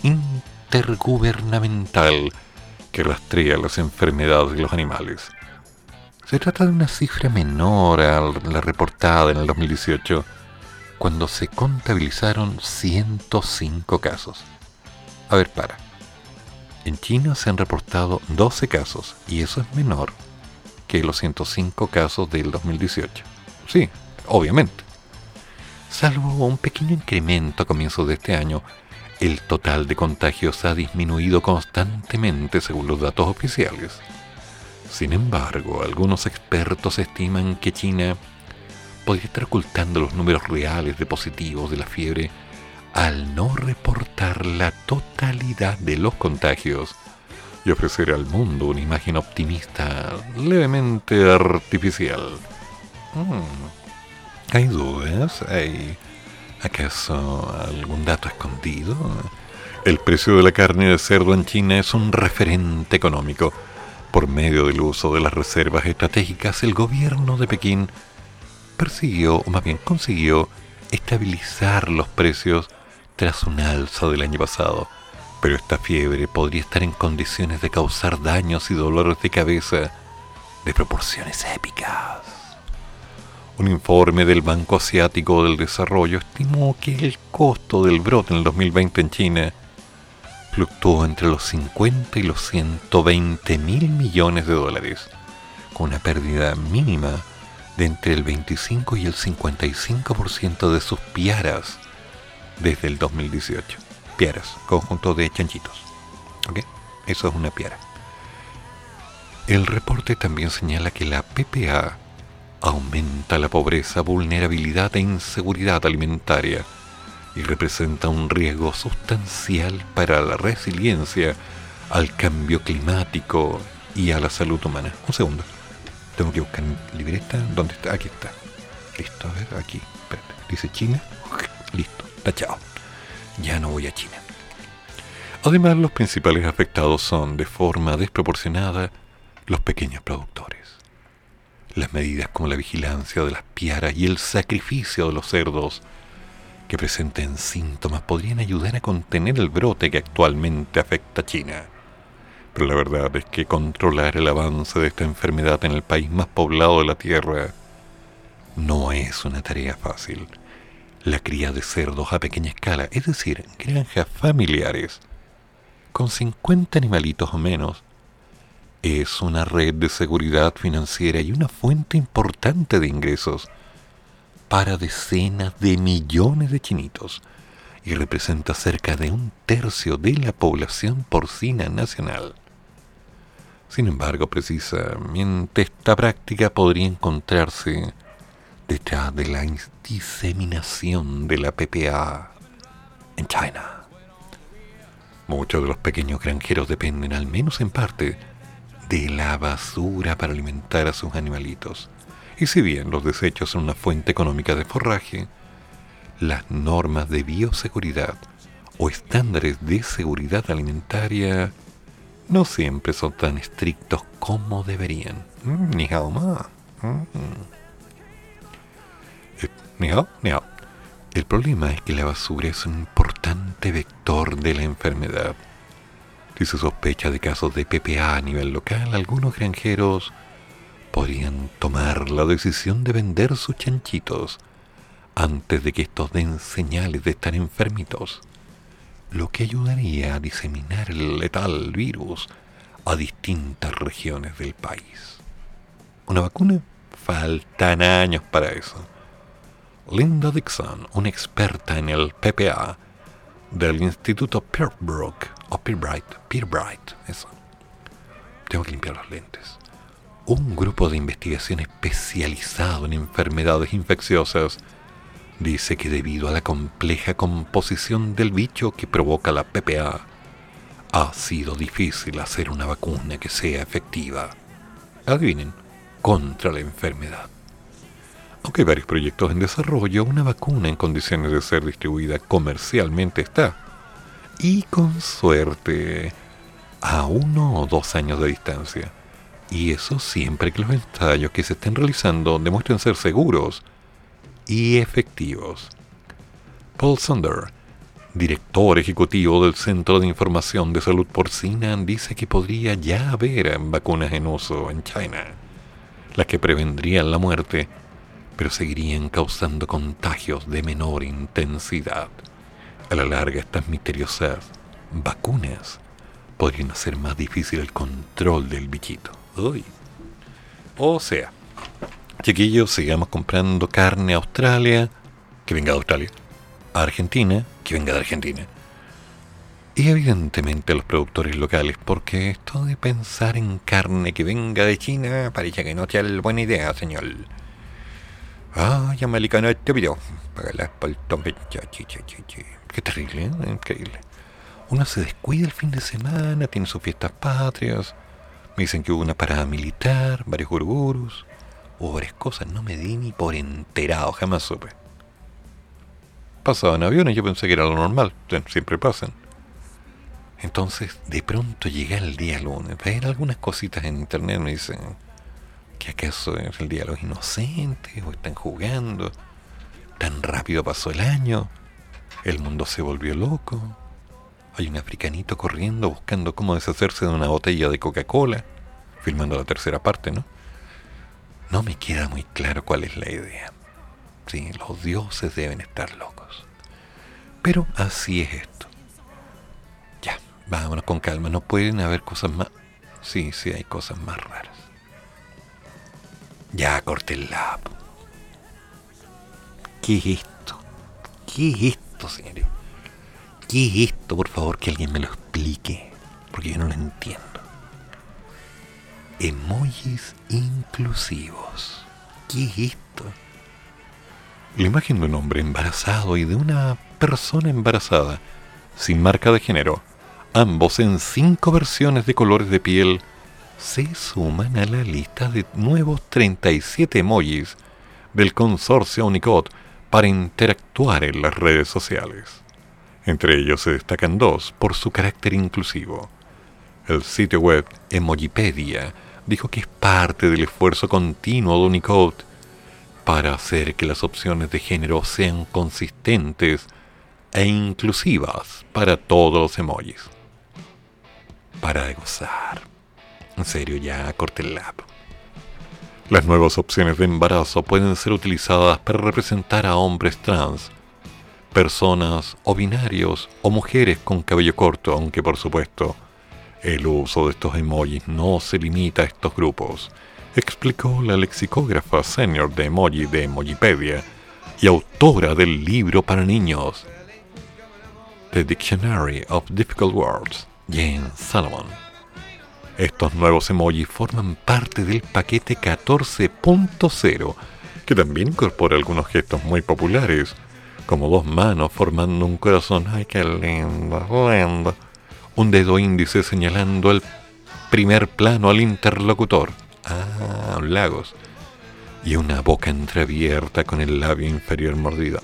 intergubernamental que rastrea las enfermedades de los animales. Se trata de una cifra menor a la reportada en el 2018, cuando se contabilizaron 105 casos. A ver, para. En China se han reportado 12 casos, y eso es menor que los 105 casos del 2018. Sí, obviamente. Salvo un pequeño incremento a comienzos de este año, el total de contagios ha disminuido constantemente según los datos oficiales. Sin embargo, algunos expertos estiman que China podría estar ocultando los números reales de positivos de la fiebre al no reportar la totalidad de los contagios y ofrecer al mundo una imagen optimista levemente artificial. ¿Hay dudas? ¿Hay acaso algún dato escondido? El precio de la carne de cerdo en China es un referente económico. Por medio del uso de las reservas estratégicas, el gobierno de Pekín persiguió, o más bien consiguió, estabilizar los precios tras un alza del año pasado. Pero esta fiebre podría estar en condiciones de causar daños y dolores de cabeza de proporciones épicas. Un informe del Banco Asiático del Desarrollo estimó que el costo del brote en el 2020 en China fluctuó entre los 50 y los 120 mil millones de dólares, con una pérdida mínima de entre el 25 y el 55% de sus piaras desde el 2018. Piaras, conjunto de chanchitos. ¿Ok? Eso es una piara. El reporte también señala que la PPA aumenta la pobreza, vulnerabilidad e inseguridad alimentaria y representa un riesgo sustancial para la resiliencia, al cambio climático y a la salud humana. Un segundo, tengo que buscar mi libreta. ¿Dónde está? Aquí está. Listo, a ver, aquí. Espérate. Dice China. Listo, tachado. Ya no voy a China. Además, los principales afectados son, de forma desproporcionada, los pequeños productores. Las medidas como la vigilancia de las piaras y el sacrificio de los cerdos que presenten síntomas podrían ayudar a contener el brote que actualmente afecta a China. Pero la verdad es que controlar el avance de esta enfermedad en el país más poblado de la Tierra no es una tarea fácil. La cría de cerdos a pequeña escala, es decir, granjas familiares, con 50 animalitos o menos, es una red de seguridad financiera y una fuente importante de ingresos para decenas de millones de chinitos, y representa cerca de 1/3 de la población porcina nacional. Sin embargo, precisamente esta práctica podría encontrarse detrás de la diseminación de la PPA en China. Muchos de los pequeños granjeros dependen, al menos en parte, de la basura para alimentar a sus animalitos. Y si bien los desechos son una fuente económica de forraje, las normas de bioseguridad o estándares de seguridad alimentaria no siempre son tan estrictos como deberían. Ni hao ma. Ni hao, ni hao. El problema es que la basura es un importante vector de la enfermedad. Si se sospecha de casos de PPA a nivel local, algunos granjeros podrían tomar la decisión de vender sus chanchitos antes de que estos den señales de estar enfermitos, lo que ayudaría a diseminar el letal virus a distintas regiones del país. ¿Una vacuna? Faltan años para eso. Linda Dixon, una experta en el PPA del Instituto Pirbright, eso. Tengo que limpiar los lentes. Un grupo de investigación especializado en enfermedades infecciosas dice que debido a la compleja composición del bicho que provoca la PPA, ha sido difícil hacer una vacuna que sea efectiva. Adivinen, contra la enfermedad. Aunque hay varios proyectos en desarrollo, una vacuna en condiciones de ser distribuida comercialmente está. Y con suerte, a 1 o 2 años de distancia. Y eso siempre que los ensayos que se estén realizando demuestren ser seguros y efectivos. Paul Sunder, director ejecutivo del Centro de Información de Salud Porcina, dice que podría ya haber vacunas en uso en China, las que prevendrían la muerte, pero seguirían causando contagios de menor intensidad. A la larga, estas misteriosas vacunas podrían hacer más difícil el control del bichito. Uy. O sea, chiquillos, sigamos comprando carne a Australia, que venga de Australia, a Argentina, que venga de Argentina. Y evidentemente a los productores locales, porque esto de pensar en carne que venga de China parece que no sea la buena idea, señor. Americano estúpido. Qué terrible, ¿eh? Increíble. Uno se descuida el fin de semana, tiene sus fiestas patrias. Me dicen que hubo una parada militar, varios gurugurus, hubo varias cosas, no me di ni por enterado, jamás supe. Pasaban aviones, yo pensé que era lo normal, siempre pasan. Entonces, de pronto llega el día lunes, ven algunas cositas en internet, me dicen que acaso es el día de los inocentes, o están jugando, tan rápido pasó el año, el mundo se volvió loco. Hay un africanito corriendo buscando cómo deshacerse de una botella de Coca-Cola, filmando la tercera parte, ¿no? No me queda muy claro cuál es la idea. Sí, los dioses deben estar locos. Pero así es esto. Ya, vámonos con calma, no pueden haber cosas más... Sí, hay cosas más raras. Ya, córtenla. ¿Qué es esto? ¿Qué es esto, señores? ¿Qué es esto? Por favor, que alguien me lo explique, porque yo no lo entiendo. Emojis inclusivos. ¿qué es esto? La imagen de un hombre embarazado y de una persona embarazada, sin marca de género, ambos en 5 versiones de colores de piel, se suman a la lista de nuevos 37 emojis del consorcio Unicode para interactuar en las redes sociales. Entre ellos se destacan 2 por su carácter inclusivo. El sitio web Emojipedia dijo que es parte del esfuerzo continuo de Unicode para hacer que las opciones de género sean consistentes e inclusivas para todos los emojis. Para de gozar. En serio, ya córtenla. Las nuevas opciones de embarazo pueden ser utilizadas para representar a hombres trans, personas o binarios o mujeres con cabello corto, aunque por supuesto el uso de estos emojis no se limita a estos grupos, explicó la lexicógrafa senior de emoji de Emojipedia y autora del libro para niños The Dictionary of Difficult Words, Jane Salomon. Estos nuevos emojis forman parte del paquete 14.0, que también incorpora algunos gestos muy populares, como 2 manos formando un corazón, ¡ay qué lindo, lindo!, un dedo índice señalando el primer plano al interlocutor, lagos, y una boca entreabierta con el labio inferior mordido.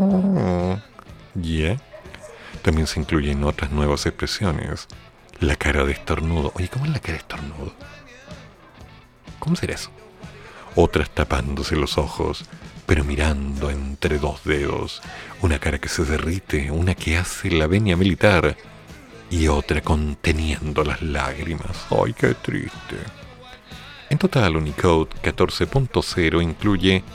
También se incluyen otras nuevas expresiones. La cara de estornudo. Oye, ¿cómo es la cara de estornudo? ¿Cómo será eso? Otras tapándose los ojos, pero mirando entre 2 dedos. Una cara que se derrite, una que hace la venia militar y otra conteniendo las lágrimas. ¡Ay, qué triste! En total, Unicode 14.0 incluye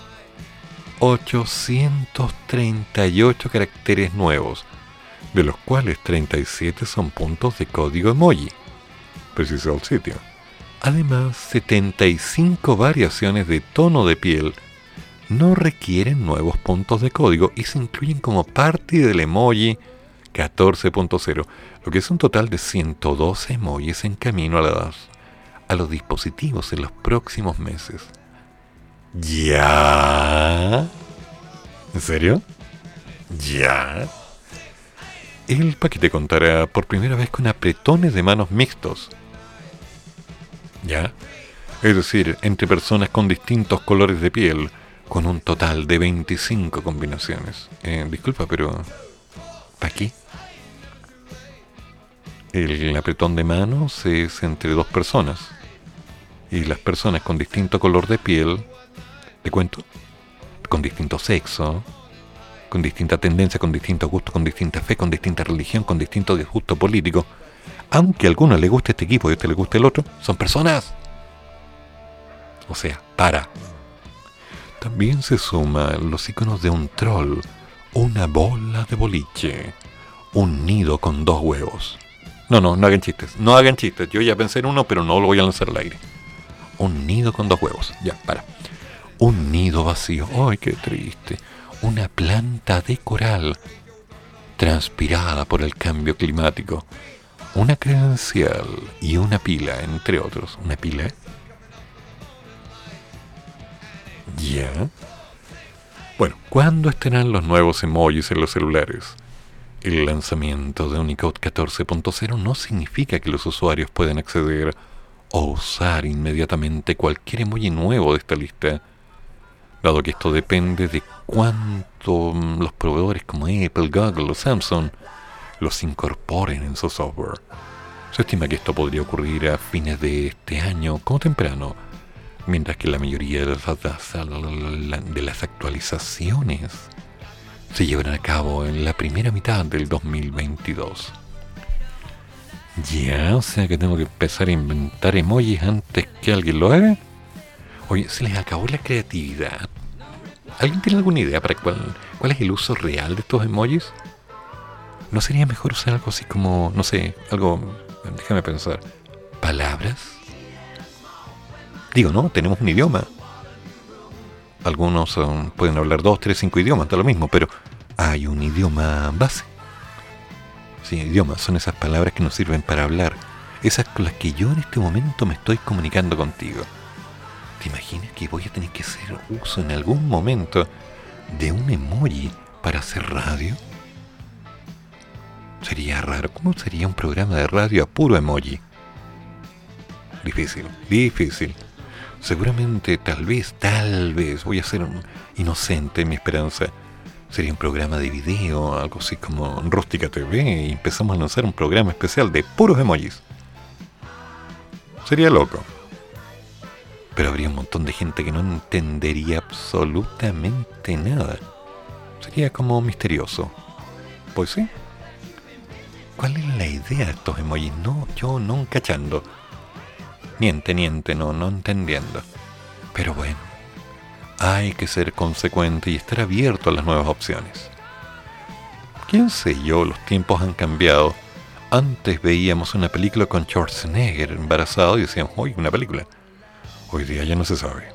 838 caracteres nuevos, de los cuales 37 son puntos de código emoji, precisa el sitio. Además, 75 variaciones de tono de piel no requieren nuevos puntos de código y se incluyen como parte del emoji 14.0, lo que es un total de 112 emojis en camino a los dispositivos en los próximos meses. ¿Ya? ¿En serio? ¿Ya? El paquete contará por primera vez con apretones de manos mixtos. ¿Ya? Es decir, entre personas con distintos colores de piel, con un total de 25 combinaciones. Disculpa, pero ¿para qué? El apretón de manos es entre 2 personas. Y las personas con distinto color de piel, te cuento, con distinto sexo, con distinta tendencia, con distinto gusto, con distinta fe, con distinta religión, con distinto disgusto político, aunque a algunos les guste este equipo y a este les guste el otro, son personas. O sea, También se suman los iconos de un troll, una bola de boliche, un nido con 2 huevos. No hagan chistes, yo ya pensé en uno, pero no lo voy a lanzar al aire. Un nido con 2 huevos, ya, un nido vacío, ¡ay qué triste! Una planta de coral, transpirada por el cambio climático, una credencial y una pila, entre otros. ¿Una pila? ¿Ya? Bueno, ¿cuándo estarán los nuevos emojis en los celulares? El lanzamiento de Unicode 14.0 no significa que los usuarios puedan acceder o usar inmediatamente cualquier emoji nuevo de esta lista, dado que esto depende de cuánto los proveedores como Apple, Google o Samsung los incorporen en su software. Se estima que esto podría ocurrir a fines de este año como temprano, mientras que la mayoría de las actualizaciones se llevarán a cabo en la primera mitad del 2022. Ya, o sea que tengo que empezar a inventar emojis antes que alguien lo haga. Oye, se les acabó la creatividad. ¿Alguien tiene alguna idea para cuál es el uso real de estos emojis? ¿No sería mejor usar algo así como, no sé, algo, déjame pensar, palabras? Digo, ¿no? Tenemos un idioma. Algunos pueden hablar 2, 3, 5 idiomas, da lo mismo, pero hay un idioma base. Sí, idiomas son esas palabras que nos sirven para hablar, esas con las que yo en este momento me estoy comunicando contigo. ¿te imaginas que voy a tener que hacer uso en algún momento de un emoji para hacer radio? Sería raro. ¿Cómo sería un programa de radio a puro emoji? Difícil. Seguramente, tal vez, voy a ser un inocente en mi esperanza. Sería un programa de video, algo así como Rústica TV, y empezamos a lanzar un programa especial de puros emojis. Sería loco. Pero habría un montón de gente que no entendería absolutamente nada. Sería como misterioso. Pues sí. ¿Cuál es la idea de estos emojis? No, yo no cachando. Niente, no entendiendo. Pero bueno, hay que ser consecuente y estar abierto a las nuevas opciones. ¿Quién sé yo? Los tiempos han cambiado. Antes veíamos una película con Schwarzenegger embarazado y decíamos, ¡uy, una película! Hoy día ya no se sabe.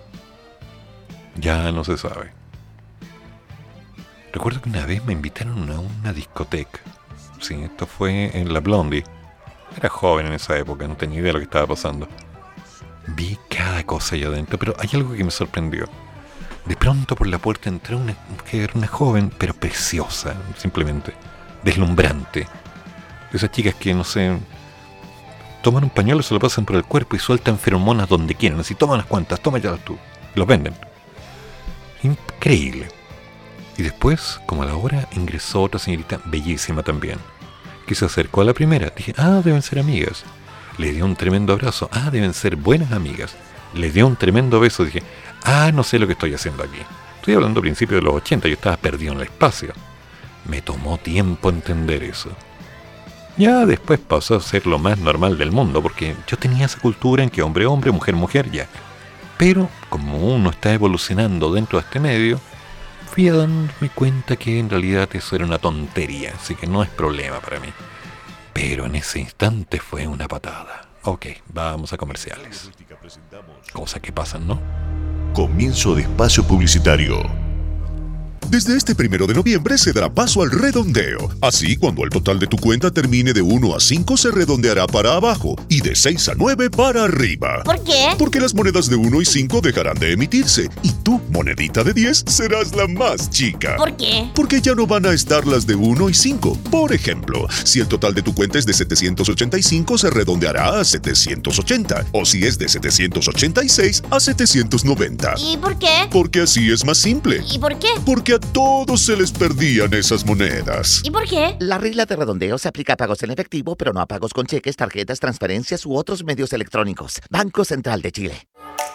Recuerdo que una vez me invitaron a una discoteca. Sí, esto fue en la Blondie. Era joven en esa época, no tenía idea de lo que estaba pasando. Vi cada cosa allá adentro, pero hay algo que me sorprendió. De pronto por la puerta entró una mujer, una joven, pero preciosa, simplemente, deslumbrante. Esas chicas que, no sé, toman un pañuelo, se lo pasan por el cuerpo y sueltan feromonas donde quieran. Así, toma unas cuantas, toma ya tú. Los venden. Increíble. Y después, como a la hora, ingresó otra señorita bellísima también, que se acercó a la primera. Dije, deben ser amigas. Le dio un tremendo abrazo. Deben ser buenas amigas. Le dio un tremendo beso. Dije, no sé lo que estoy haciendo aquí. Estoy hablando a principios de los 80, yo estaba perdido en el espacio. Me tomó tiempo entender eso. Ya después pasó a ser lo más normal del mundo, porque yo tenía esa cultura en que hombre, mujer, mujer, ya. Pero, como uno está evolucionando dentro de este medio, fui a darme cuenta que en realidad eso era una tontería, así que no es problema para mí. Pero en ese instante fue una patada. Ok, vamos a comerciales. Cosas que pasan, ¿no? Comienzo de espacio publicitario. Desde este 1 de noviembre se dará paso al redondeo. Así, cuando el total de tu cuenta termine de 1 a 5, se redondeará para abajo y de 6 a 9 para arriba. ¿Por qué? Porque las monedas de 1 y 5 dejarán de emitirse y tu monedita de 10 serás la más chica. ¿Por qué? Porque ya no van a estar las de 1 y 5. Por ejemplo, si el total de tu cuenta es de 785, se redondeará a 780. O si es de 786, a 790. ¿Y por qué? Porque así es más simple. ¿Y por qué? Porque a todos se les perdían esas monedas. ¿Y por qué? La regla de redondeo se aplica a pagos en efectivo, pero no a pagos con cheques, tarjetas, transferencias u otros medios electrónicos. Banco Central de Chile.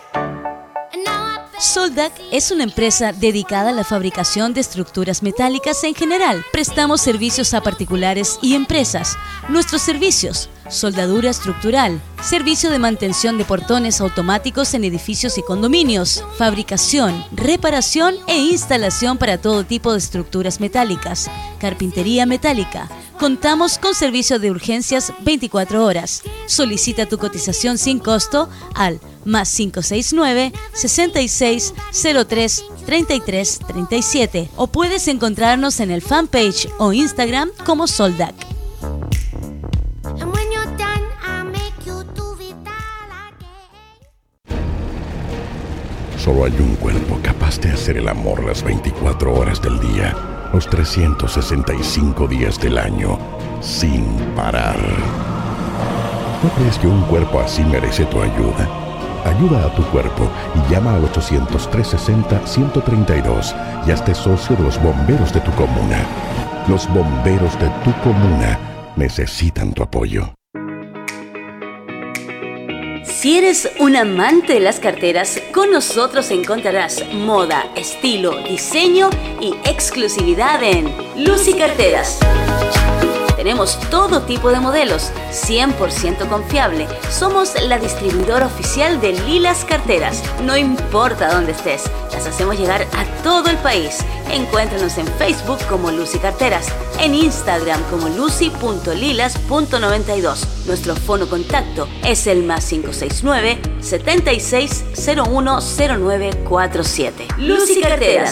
Soldac es una empresa dedicada a la fabricación de estructuras metálicas en general. Prestamos servicios a particulares y empresas. Nuestros servicios: soldadura estructural, servicio de mantención de portones automáticos en edificios y condominios, fabricación, reparación e instalación para todo tipo de estructuras metálicas, carpintería metálica. Contamos con servicio de urgencias 24 horas. Solicita tu cotización sin costo al +569 66 03 33 37 o puedes encontrarnos en el fanpage o Instagram como Soldac. Solo hay un cuerpo capaz de hacer el amor las 24 horas del día, los 365 días del año, sin parar. ¿No crees que un cuerpo así merece tu ayuda? Ayuda a tu cuerpo y llama al 800-360-132 y hazte socio de los bomberos de tu comuna. Los bomberos de tu comuna necesitan tu apoyo. Si eres un amante de las carteras, con nosotros encontrarás moda, estilo, diseño y exclusividad en Lucy Carteras. Tenemos todo tipo de modelos, 100% confiable. Somos la distribuidora oficial de Lilas Carteras. No importa dónde estés, las hacemos llegar a todo el país. Encuéntranos en Facebook como Lucy Carteras, en Instagram como lucy.lilas.92. Nuestro fono contacto es el +569 76 01 0947. Lucy Carteras.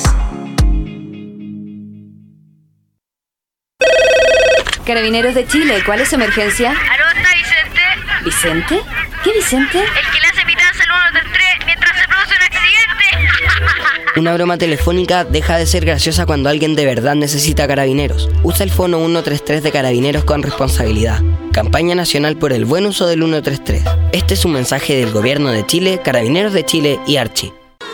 Carabineros de Chile, ¿cuál es su emergencia? ¿Aló, está Vicente? ¿Vicente? ¿Qué Vicente? El que le hace mitad al 1 del 3 mientras se produce una Una broma telefónica deja de ser graciosa cuando alguien de verdad necesita Carabineros. Usa el fono 133 de Carabineros con responsabilidad. Campaña nacional por el buen uso del 133. Este es un mensaje del Gobierno de Chile, Carabineros de Chile y Archi.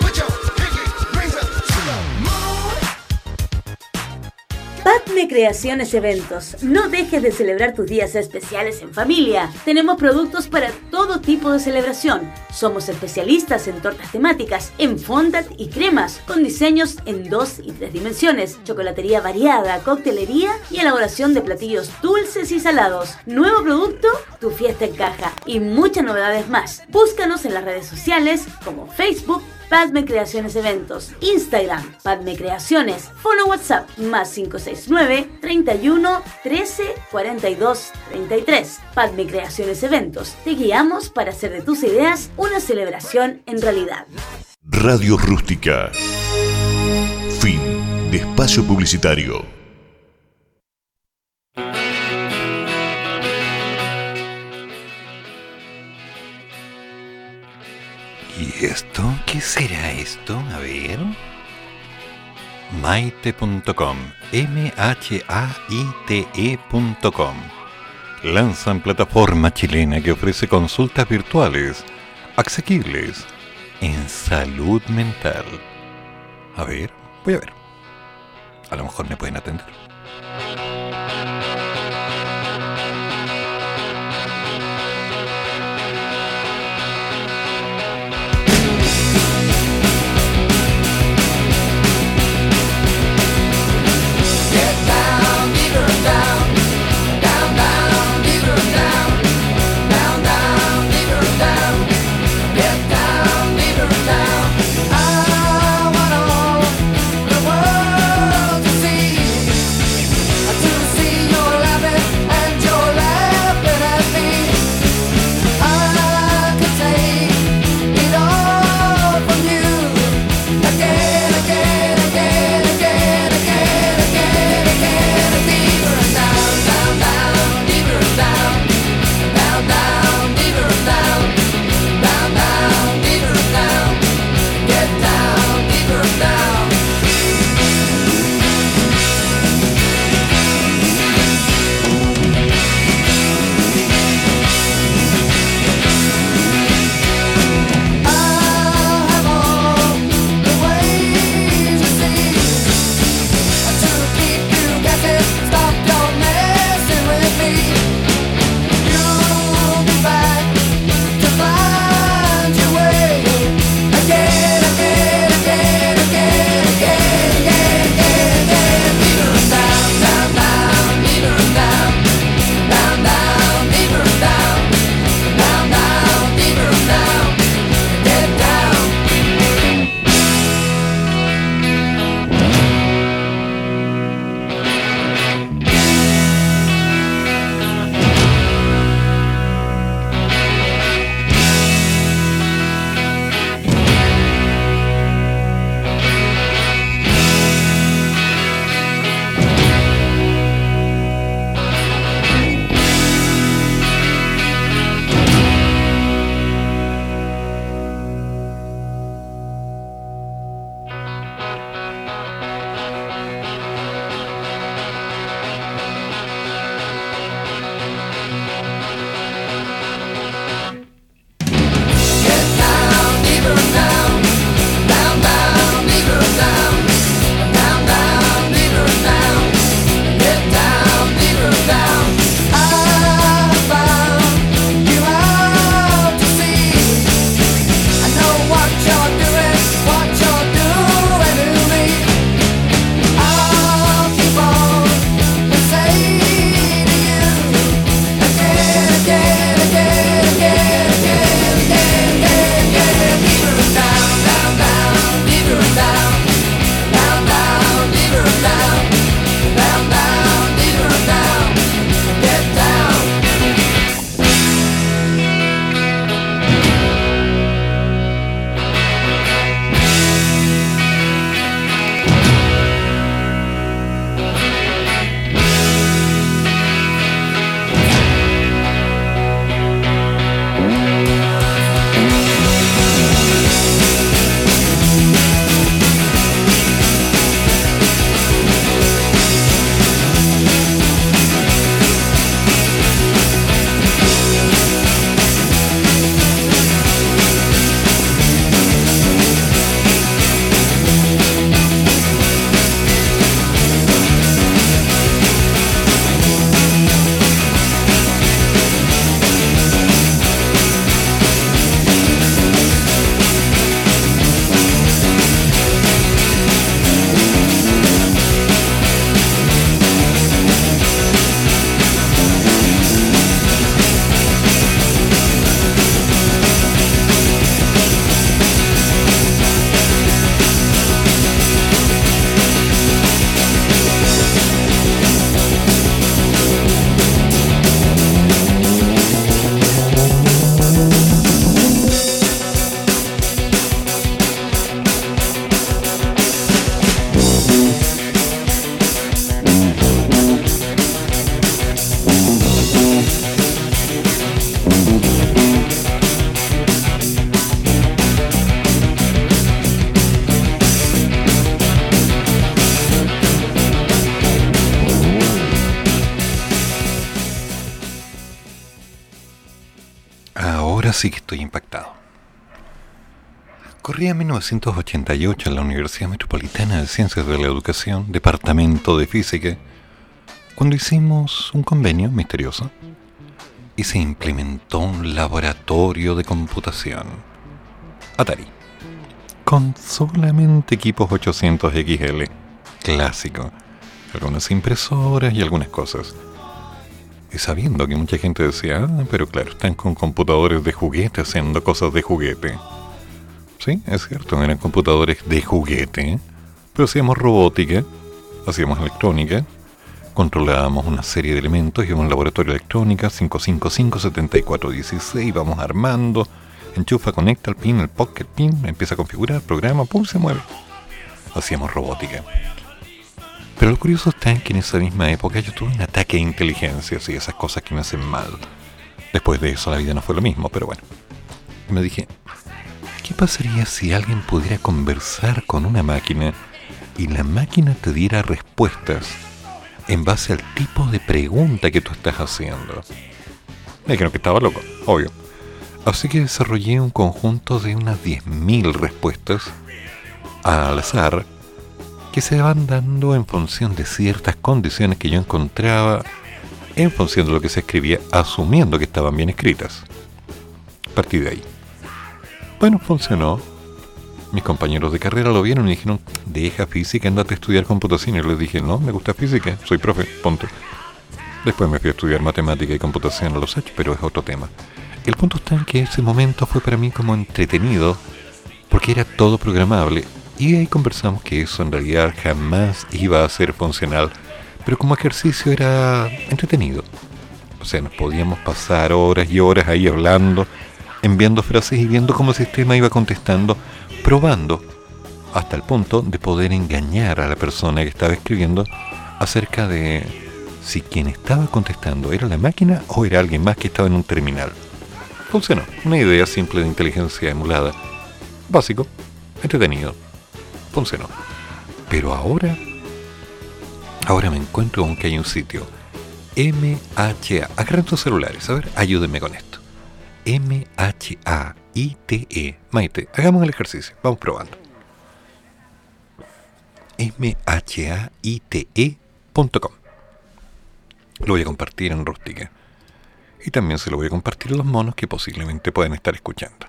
Padme Creaciones Eventos. No dejes de celebrar tus días especiales en familia. Tenemos productos para todo tipo de celebración. Somos especialistas en tortas temáticas, en fondant y cremas, con diseños en 2 y 3 dimensiones, chocolatería variada, coctelería y elaboración de platillos dulces y salados. Nuevo producto, tu fiesta en caja y muchas novedades más. Búscanos en las redes sociales como Facebook, Padme Creaciones Eventos, Instagram, Padme Creaciones, Fono WhatsApp, más 569 31 13 42 33. Padme Creaciones Eventos, te guiamos para hacer de tus ideas una celebración en realidad. Radio Rústica. Fin de espacio publicitario. ¿Y esto? ¿Qué será esto? A ver. Maite.com, MHAITE.com. Lanzan plataforma chilena que ofrece consultas virtuales asequibles en salud mental. A ver, voy a ver. A lo mejor me pueden atender. ahora sí que estoy impactado. Corría 1988 en la Universidad Metropolitana de Ciencias de la Educación, Departamento de Física, cuando hicimos un convenio misterioso y se implementó un laboratorio de computación Atari, con solamente equipos 800 XL, clásico, algunas impresoras y algunas cosas. Y sabiendo que mucha gente decía, pero claro, están con computadores de juguete haciendo cosas de juguete. Sí, es cierto, eran computadores de juguete, pero hacíamos robótica, hacíamos electrónica, controlábamos una serie de elementos, íbamos al laboratorio de electrónica, 555-7416, vamos armando, enchufa, conecta el pin, el pocket pin, empieza a configurar, programa, pum, se mueve. Hacíamos robótica. Pero lo curioso está en que en esa misma época yo tuve un ataque de inteligencia, y esas cosas que me hacen mal. Después de eso la vida no fue lo mismo, pero bueno. Y me dije, ¿qué pasaría si alguien pudiera conversar con una máquina y la máquina te diera respuestas en base al tipo de pregunta que tú estás haciendo? Me dijeron que estaba loco, obvio. Así que desarrollé un conjunto de unas 10.000 respuestas al azar que se van dando en función de ciertas condiciones que yo encontraba, en función de lo que se escribía, asumiendo que estaban bien escritas. Partí de ahí. Bueno, funcionó. Mis compañeros de carrera lo vieron y dijeron, deja física, andate a estudiar computación. Y yo les dije, no, me gusta física, soy profe, punto. Después me fui a estudiar matemática y computación a los hechos, pero es otro tema. El punto está en que ese momento fue para mí como entretenido, porque era todo programable. Y ahí conversamos que eso en realidad jamás iba a ser funcional, pero como ejercicio era entretenido. O sea, nos podíamos pasar horas y horas ahí hablando, enviando frases y viendo cómo el sistema iba contestando, probando, hasta el punto de poder engañar a la persona que estaba escribiendo acerca de si quien estaba contestando era la máquina o era alguien más que estaba en un terminal. Funcionó, una idea simple de inteligencia emulada, básico, entretenido. Funcionó. Pero ahora me encuentro con que hay un sitio MHA. Agarren tus celulares, a ver, ayúdenme con esto. MHAITE. Maite, hagamos el ejercicio, vamos probando. MHAITE.com. Lo voy a compartir en Rústica. Y también se lo voy a compartir a los monos que posiblemente puedan estar escuchando.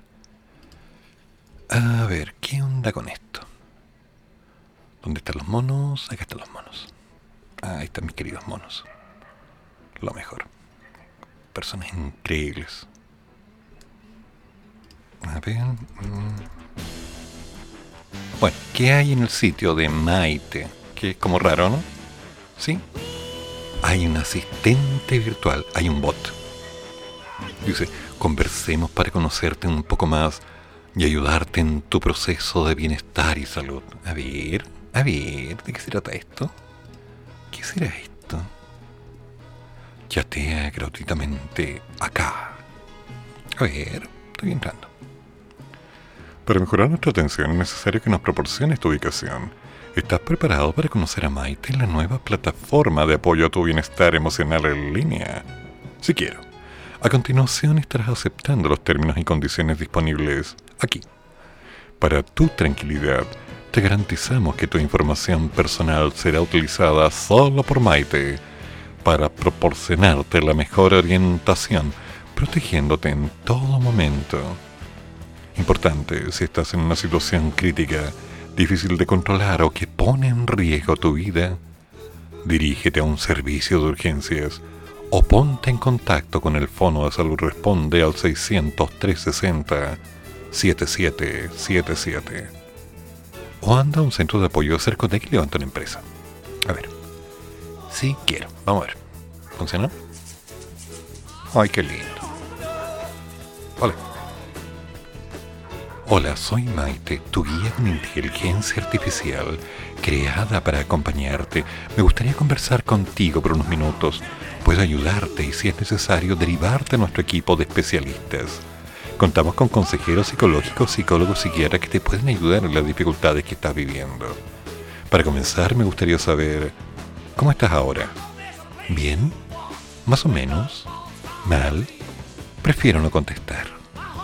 A ver, ¿qué onda con esto? ¿Dónde están los monos? Acá están los monos. Ahí están mis queridos monos. Lo mejor. Personas increíbles. A ver. Bueno, ¿qué hay en el sitio de Maite? Que es como raro, ¿no? ¿Sí? Hay un asistente virtual, hay un bot. Dice, conversemos para conocerte un poco más y ayudarte en tu proceso de bienestar y salud. A ver, ¿de qué se trata esto? ¿Qué será esto? Chatea gratuitamente acá. A ver, estoy entrando. Para mejorar nuestra atención es necesario que nos proporciones tu ubicación. ¿Estás preparado para conocer a Maite, la nueva plataforma de apoyo a tu bienestar emocional en línea? Si quiero. A continuación estarás aceptando los términos y condiciones disponibles aquí. Para tu tranquilidad, te garantizamos que tu información personal será utilizada solo por Maite para proporcionarte la mejor orientación, protegiéndote en todo momento. Importante, si estás en una situación crítica, difícil de controlar o que pone en riesgo tu vida, dirígete a un servicio de urgencias o ponte en contacto con el Fono de Salud Responde al 600-360-7777. O anda a un centro de apoyo de Cercotec y levanta una empresa. A ver. Sí, quiero. Vamos a ver. ¿Funciona? Ay, qué lindo. Hola. Hola, soy Maite, tu guía con inteligencia artificial, creada para acompañarte. Me gustaría conversar contigo por unos minutos. Puedo ayudarte y, si es necesario, derivarte a nuestro equipo de especialistas. Contamos con consejeros psicológicos, psicólogos, psiquiatras que te pueden ayudar en las dificultades que estás viviendo. Para comenzar, me gustaría saber, ¿cómo estás ahora? ¿Bien? ¿Más o menos? ¿Mal? Prefiero no contestar.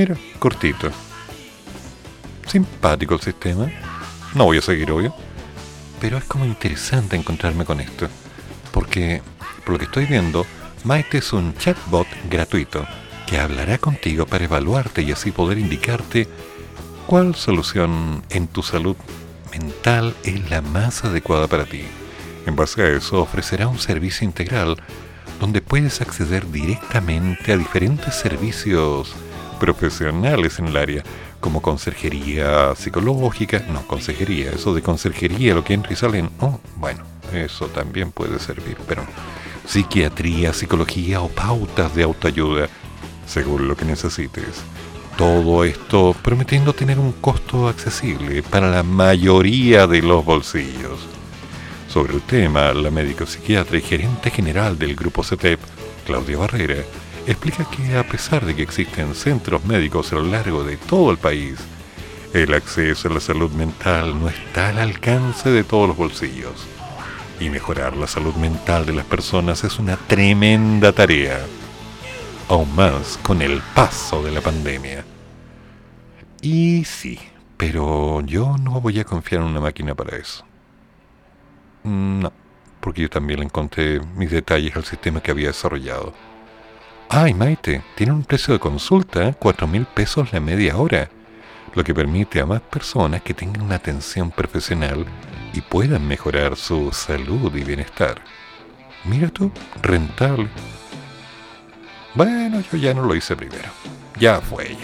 Mira, cortito. Simpático el sistema. No voy a seguir, obvio. Pero es como interesante encontrarme con esto. Porque, por lo que estoy viendo, Maite es un chatbot gratuito que hablará contigo para evaluarte y así poder indicarte cuál solución en tu salud mental es la más adecuada para ti. En base a eso, ofrecerá un servicio integral donde puedes acceder directamente a diferentes servicios profesionales en el área, como conserjería psicológica, no, consejería, eso de conserjería, lo que entra y sale, bueno, eso también puede servir, pero psiquiatría, psicología o pautas de autoayuda, según lo que necesites. Todo esto prometiendo tener un costo accesible para la mayoría de los bolsillos. Sobre el tema, la médico psiquiatra y gerente general del grupo CETEP, Claudia Barrera, explica que a pesar de que existen centros médicos a lo largo de todo el país, el acceso a la salud mental no está al alcance de todos los bolsillos. Y mejorar la salud mental de las personas es una tremenda tarea. Aún más con el paso de la pandemia. Y sí, pero yo no voy a confiar en una máquina para eso. No, porque yo también le encontré mis detalles al sistema que había desarrollado. Ay, Maite, tiene un precio de consulta, 4.000 pesos la media hora, lo que permite a más personas que tengan una atención profesional y puedan mejorar su salud y bienestar. Mira tú, rentable. Bueno, yo ya no lo hice primero. Ya fue ella.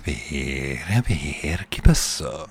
ver, ¿qué pasó?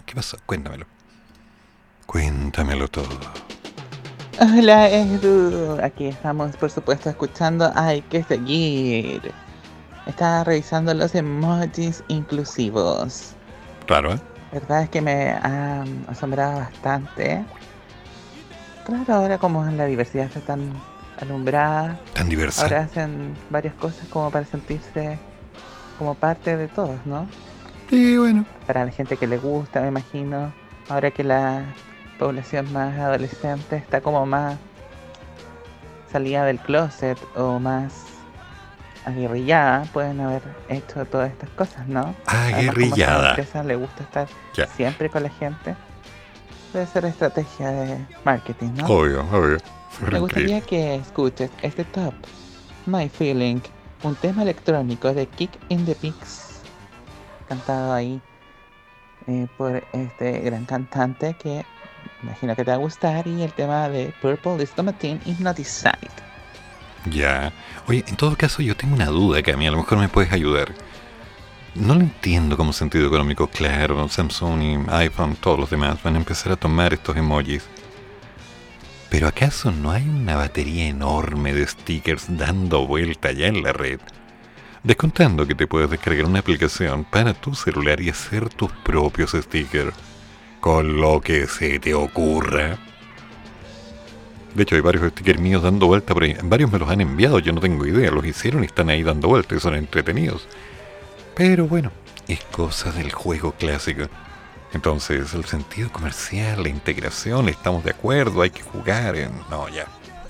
Cuéntamelo todo. Hola Edu, aquí estamos por supuesto escuchando Hay que seguir. Estaba revisando los emojis inclusivos. Claro, ¿eh? Verdad es que me ha asombrado bastante. Claro, ahora como la diversidad está tan alumbrada, tan diversa, ahora hacen varias cosas como para sentirse como parte de todos, ¿no? Sí, bueno. Para la gente que le gusta, me imagino. Ahora que la población más adolescente está como más salida del closet o más aguerrillada, pueden haber hecho todas estas cosas, ¿no? Aguerrillada. A la empresa le gusta estar siempre con la gente. Debe ser estrategia de marketing, ¿no? Obvio. Me gustaría que escuches este top, My Feeling, un tema electrónico de Kick in the Pigs, cantado ahí por este gran cantante que imagino que te va a gustar, y el tema de Purple Disco Machine, Hypnotized. Ya. Oye, en todo caso yo tengo una duda que a mí a lo mejor me puedes ayudar. No lo entiendo como sentido económico. Claro, Samsung y iPhone, todos los demás van a empezar a tomar estos emojis. ¿Pero acaso no hay una batería enorme de stickers dando vuelta ya en la red? Descontando que te puedes descargar una aplicación para tu celular y hacer tus propios stickers. Con lo que se te ocurra. De hecho, hay varios stickers míos dando vuelta por ahí. Varios me los han enviado, yo no tengo idea. Los hicieron y están ahí dando vuelta y son entretenidos. Pero bueno, es cosa del juego clásico. Entonces, el sentido comercial, la integración, estamos de acuerdo, hay que jugar. No, ya.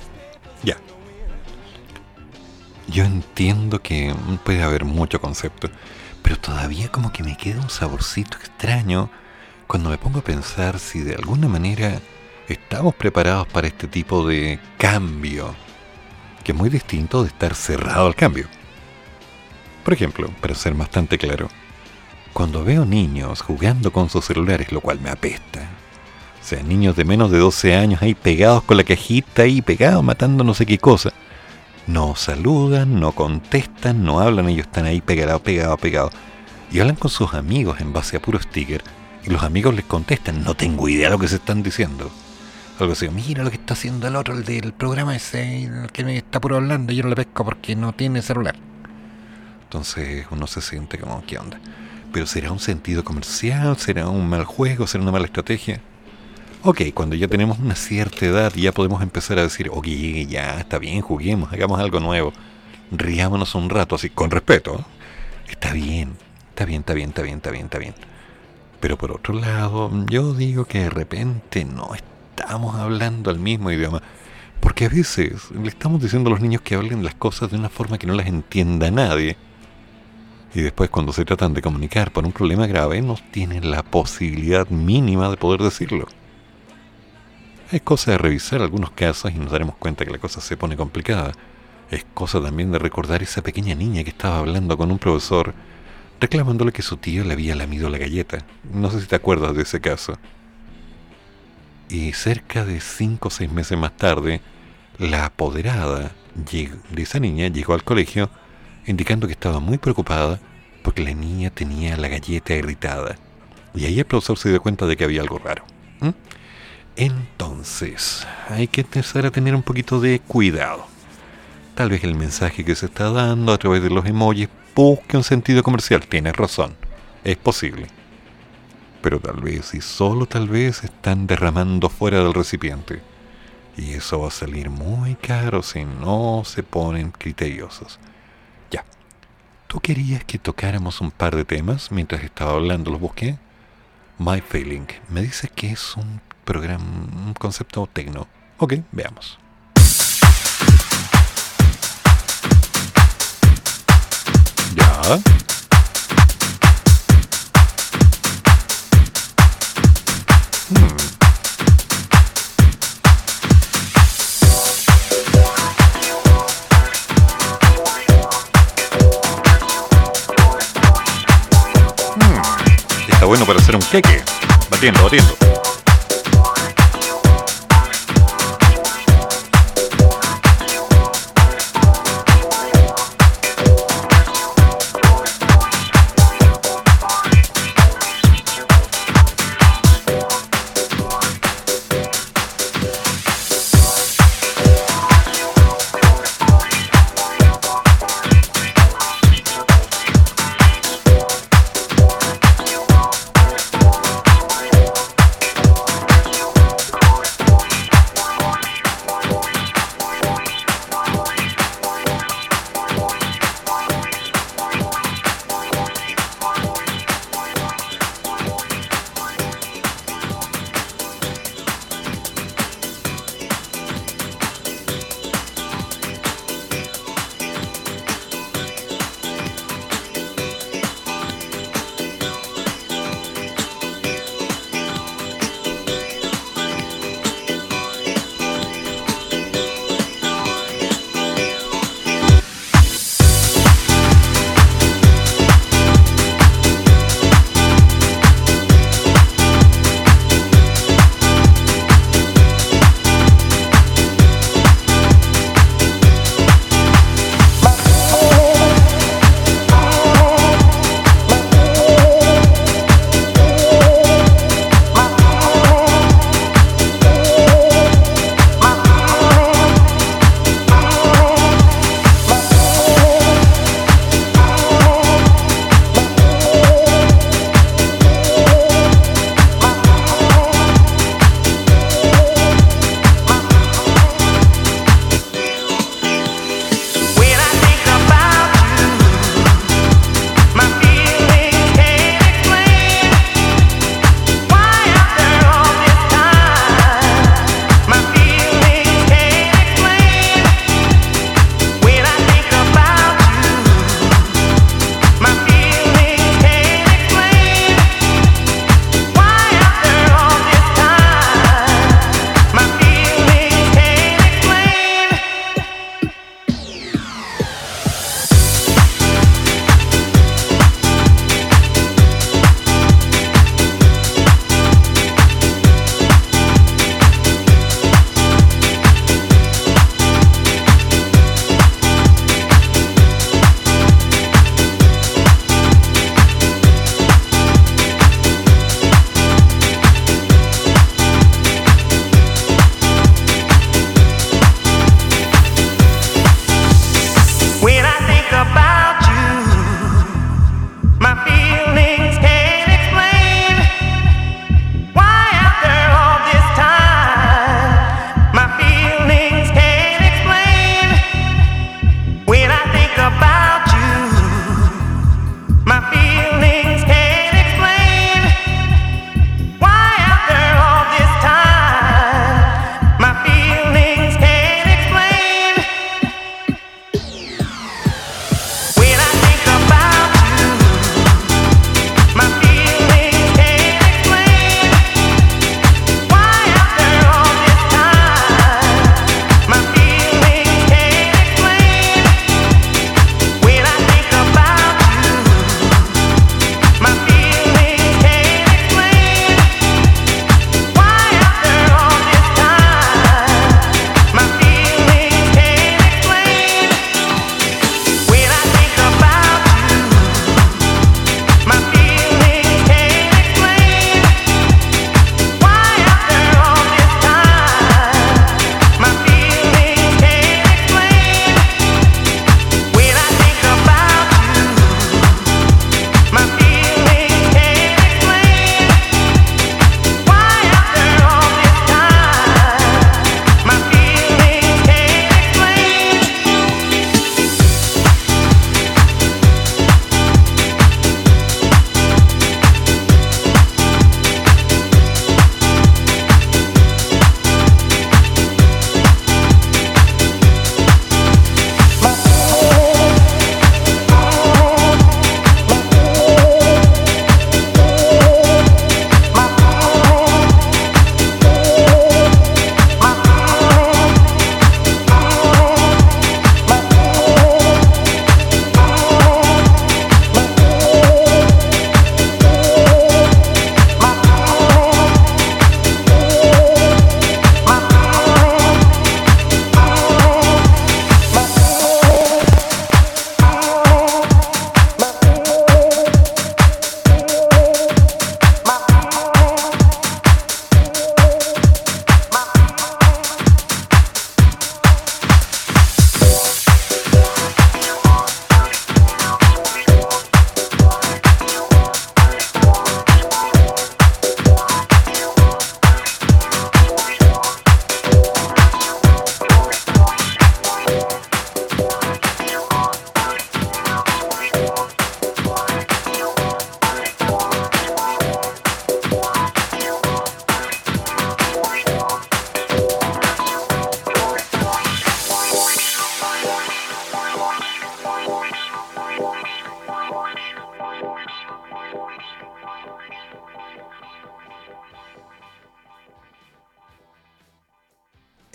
Yo entiendo que puede haber mucho concepto, pero todavía como que me queda un saborcito extraño cuando me pongo a pensar si de alguna manera estamos preparados para este tipo de cambio, que es muy distinto de estar cerrado al cambio. Por ejemplo, para ser bastante claro, cuando veo niños jugando con sus celulares, lo cual me apesta, o sea, niños de menos de 12 años ahí pegados con la cajita ahí pegados matando no sé qué cosa, no saludan, no contestan, no hablan, ellos están ahí pegados, y hablan con sus amigos en base a puro sticker, y los amigos les contestan, no tengo idea de lo que se están diciendo. Algo así, mira lo que está haciendo el otro, el del programa ese, el que me está puro hablando, yo no le pesco porque no tiene celular. Entonces uno se siente como, ¿qué onda? ¿Pero será un sentido comercial? ¿Será un mal juego? ¿Será una mala estrategia? Ok, cuando ya tenemos una cierta edad ya podemos empezar a decir, ok, ya, está bien, juguemos, hagamos algo nuevo, riámonos un rato así, con respeto. Está bien. Pero por otro lado, yo digo que de repente no estamos hablando el mismo idioma. Porque a veces le estamos diciendo a los niños que hablen las cosas de una forma que no las entienda nadie. Y después cuando se tratan de comunicar por un problema grave, no tienen la posibilidad mínima de poder decirlo. Es cosa de revisar algunos casos y nos daremos cuenta que la cosa se pone complicada. Es cosa también de recordar esa pequeña niña que estaba hablando con un profesor, reclamándole que su tío le había lamido la galleta. No sé si te acuerdas de ese caso. Y cerca de 5 o 6 meses más tarde, la apoderada de esa niña llegó al colegio indicando que estaba muy preocupada porque la niña tenía la galleta irritada. Y ahí el profesor se dio cuenta de que había algo raro. Entonces, hay que empezar a tener un poquito de cuidado. Tal vez el mensaje que se está dando a través de los emojis busque un sentido comercial. Tienes razón, es posible. Pero tal vez, y solo tal vez, están derramando fuera del recipiente. Y eso va a salir muy caro si no se ponen criteriosos. Ya. ¿Tú querías que tocáramos un par de temas mientras estaba hablando? ¿Los busqué? My Feeling. Me dice que es un programa, un concepto tecno. Ok, veamos. Ya. Está bueno para hacer un queque. Batiendo.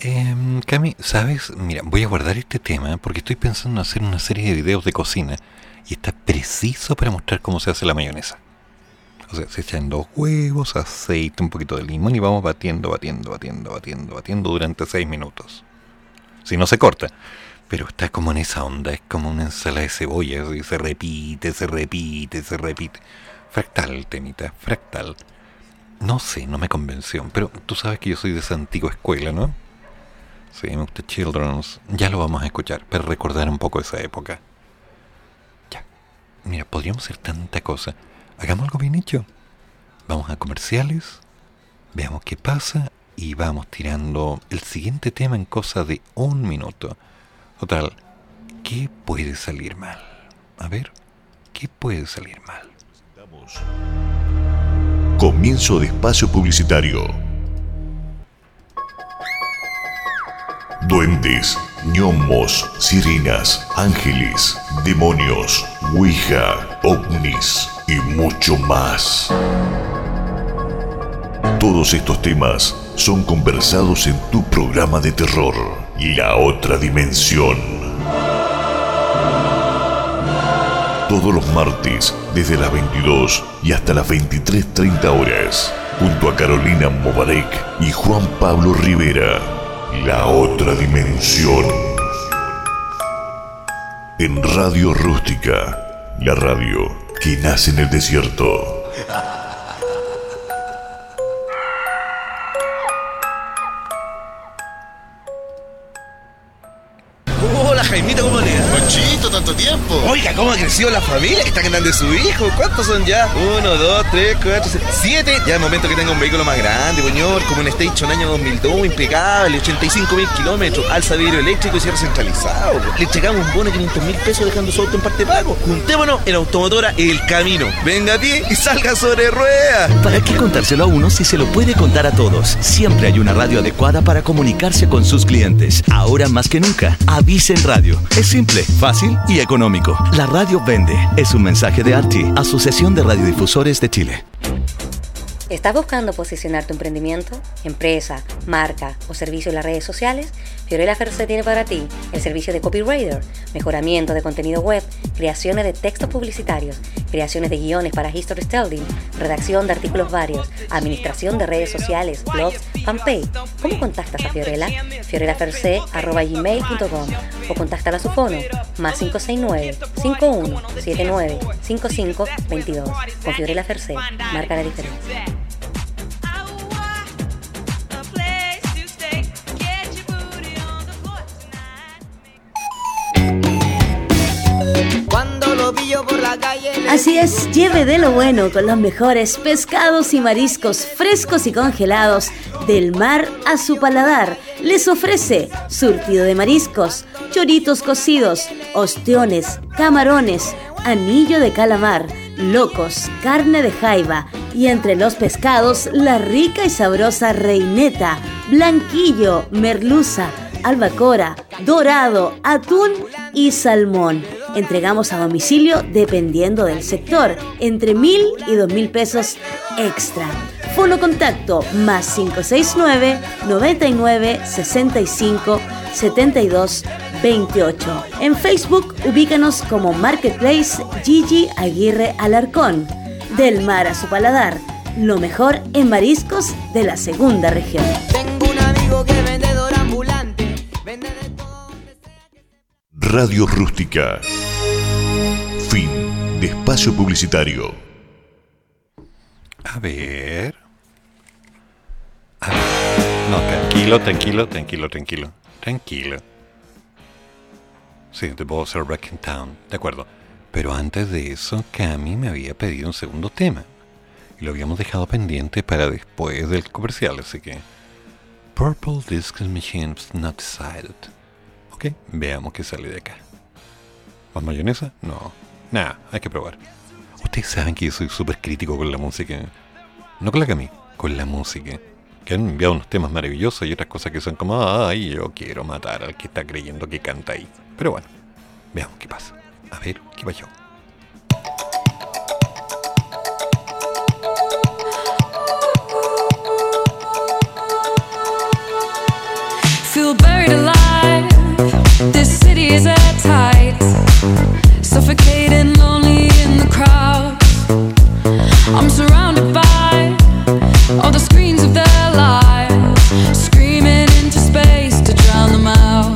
Cami, ¿sabes? Mira, voy a guardar este tema porque estoy pensando en hacer una serie de videos de cocina y está preciso para mostrar cómo se hace la mayonesa. O sea, se echan 2 huevos, aceite, un poquito de limón y vamos batiendo durante 6 minutos. Si no se corta. Pero está como en esa onda, es como una ensalada de cebollas y se repite. Fractal el temita, fractal. No sé, no me convenció, pero tú sabes que yo soy de esa antigua escuela, ¿no? Sí, me gusta Children's. Ya lo vamos a escuchar, para recordar un poco esa época. Ya. Mira, podríamos hacer tanta cosa. Hagamos algo bien hecho. Vamos a comerciales, veamos qué pasa y vamos tirando el siguiente tema en cosa de 1 minuto. Total, ¿qué puede salir mal? A ver, ¿qué puede salir mal? Comienzo de espacio publicitario. Duendes, gnomos, sirenas, ángeles, demonios, ouija, ovnis y mucho más. Todos estos temas son conversados en tu programa de terror, La Otra Dimensión. Todos los martes, desde las 22 y hasta las 23:30 horas, junto a Carolina Mobarek y Juan Pablo Rivera. La Otra Dimensión. En Radio Rústica, la radio que nace en el desierto. Hola Jaimito, ¿cómo le va? Conchito, tanto tiempo. Oiga, ¿cómo ha crecido la familia? Está grande su hijo. ¿Cuántos son ya? 1, 2, 3, 4, 7. Ya es momento que tenga un vehículo más grande, señor. Como un Station año 2002, impecable, 85.000 kilómetros, alza vidrio eléctrico y cierre centralizado. Le entregamos un bono de 500.000 pesos dejando su auto en parte pago. Juntémonos en Automotora El Camino. Venga a pie y salga sobre ruedas. ¿Para qué contárselo a uno si se lo puede contar a todos? Siempre hay una radio adecuada para comunicarse con sus clientes. Ahora más que nunca, Avisen Radio. Es simple, fácil y económico. La radio vende. Es un mensaje de ARTI, Asociación de Radiodifusores de Chile. ¿Estás buscando posicionar tu emprendimiento, empresa, marca o servicio en las redes sociales? Fiorella Ferce tiene para ti el servicio de copywriter, mejoramiento de contenido web, creaciones de textos publicitarios, creaciones de guiones para history storytelling, redacción de artículos varios, administración de redes sociales, blogs, fanpage. ¿Cómo contactas a Fiorella? fiorellaferce@gmail.com o contáctala a su fono +569 5179 5522. Con Fiorella Ferce, marca la diferencia. Así es, lleve de lo bueno con los mejores pescados y mariscos frescos y congelados del mar a su paladar. Les ofrece surtido de mariscos, choritos cocidos, ostiones, camarones, anillo de calamar, locos, carne de jaiba y entre los pescados la rica y sabrosa reineta, blanquillo, merluza, albacora, dorado, atún y salmón. Entregamos a domicilio dependiendo del sector, entre 1.000 y 2.000 pesos extra. Fono contacto +569 99 65 72 28. En Facebook ubícanos como Marketplace Gigi Aguirre Alarcón. Del mar a su paladar, lo mejor en mariscos de la segunda región. Tengo un amigo que es vendedor ambulante, vende de todo. Radio Rústica. Fin de espacio publicitario. A ver. No, tranquilo. Sí, The Balls Are Back in Town, de acuerdo. Pero antes de eso, Cami me había pedido un segundo tema. Y lo habíamos dejado pendiente para después del comercial, así que... Purple Disc Machines Not Decided. Ok, veamos qué sale de acá. ¿Más mayonesa? No. Nada, hay que probar. Ustedes saben que yo soy súper crítico con la música. No con la Cami, con la música. Que han enviado unos temas maravillosos y otras cosas que son como, ay, yo quiero matar al que está creyendo que canta ahí. Pero bueno, veamos qué pasa. A ver, ¿qué pasó? feel buried alive. This city is airtight, suffocating, lonely in the crowd. I'm surrounded by all the screens of their lives, screaming into space to drown them out.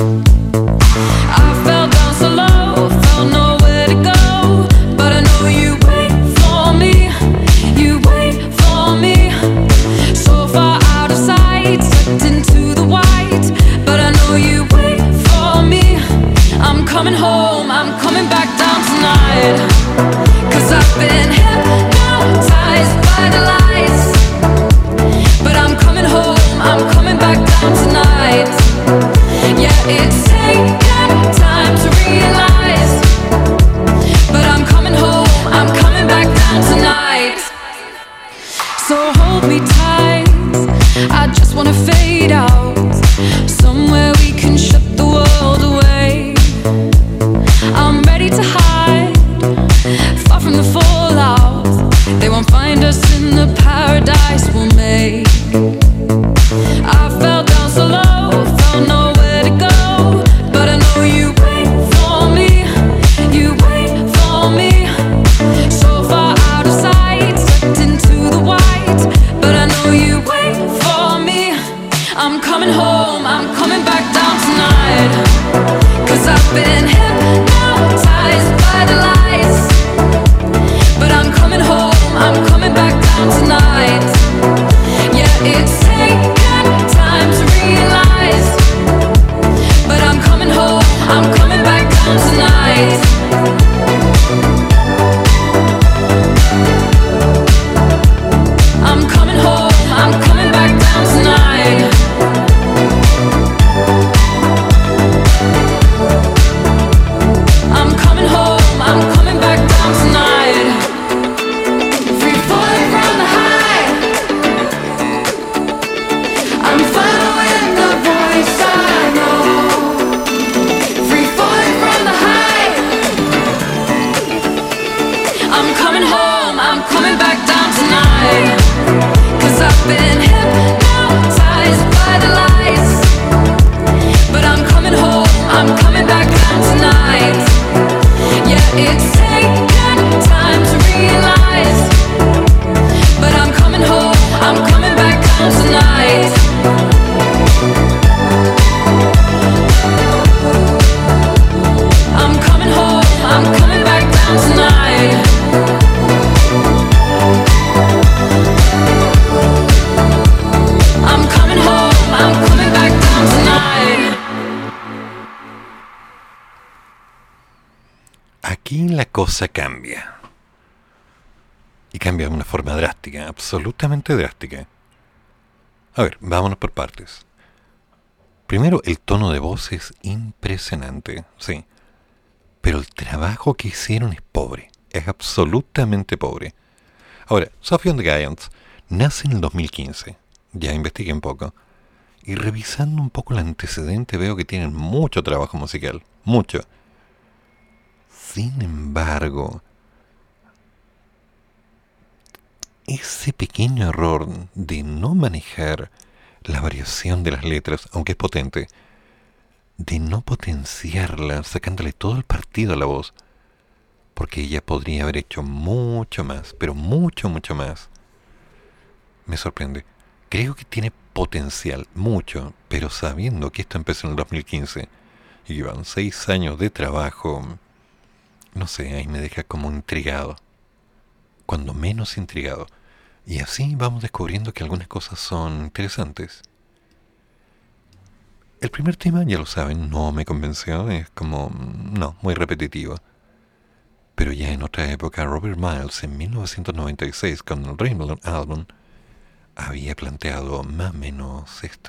I fell down so low, felt nowhere to go, but I know you wait for me, you wait for me. So far out of sight, sucked into the white, but I know you wait for me. I'm coming home, I'm coming back down tonight, 'cause I've been hypnotized by the lights. But I'm coming home, I'm coming back down tonight. Yeah, it's taken time to realize, but I'm coming home, I'm coming back down tonight. So hold me tight, I just wanna fade out, somewhere we can shut the world away. I'm ready to hide, far from the fallout. They won't find us in the paradise we'll make. I fell down so low, felt nowhere to go, but I know you wait for me, you wait for me. So far out of sight, sucked into the white, but I know you wait for me. I'm coming home, I'm coming back down tonight, 'cause I've been hypnotized by the lights. But I'm coming home, I'm coming back down tonight. Yeah, it's taken time to realize, but I'm coming home, I'm coming back down tonight. I'm coming home, I'm coming back down tonight. I'm coming home, I'm coming back down tonight. Free falling from the high, I'm following the voice I know. Free falling from the high, I'm coming home, I'm coming back down tonight, 'cause I've been hypnotized by the lights. But I'm coming home, I'm coming back down tonight. Yeah, it's taken time to realize, but I'm coming home, I'm coming back down tonight. I'm coming home, I'm coming back down tonight. I'm coming home, I'm coming back down tonight. Aquí la cosa cambia. Y cambia de una forma drástica, absolutamente drástica. A ver, vámonos por partes. Primero, el tono de voz es impresionante, sí. Pero el trabajo que hicieron es pobre, es absolutamente pobre. Ahora, Sophie and the Giants nace en el 2015, ya investigué un poco, y revisando un poco el antecedente veo que tienen mucho trabajo musical, mucho. Sin embargo, ese pequeño error de no manejar la variación de las letras, aunque es potente, de no potenciarla, sacándole todo el partido a la voz, porque ella podría haber hecho mucho más, pero mucho, mucho más. Me sorprende. Creo que tiene potencial, mucho, pero sabiendo que esto empezó en el 2015 y llevan 6 años de trabajo, no sé, ahí me deja como intrigado, cuando menos intrigado. Y así vamos descubriendo que algunas cosas son interesantes. El primer tema, ya lo saben, no me convenció, es como, no, muy repetitivo. Pero ya en otra época, Robert Miles, en 1996, con el Rainbow Album, había planteado más o menos esto.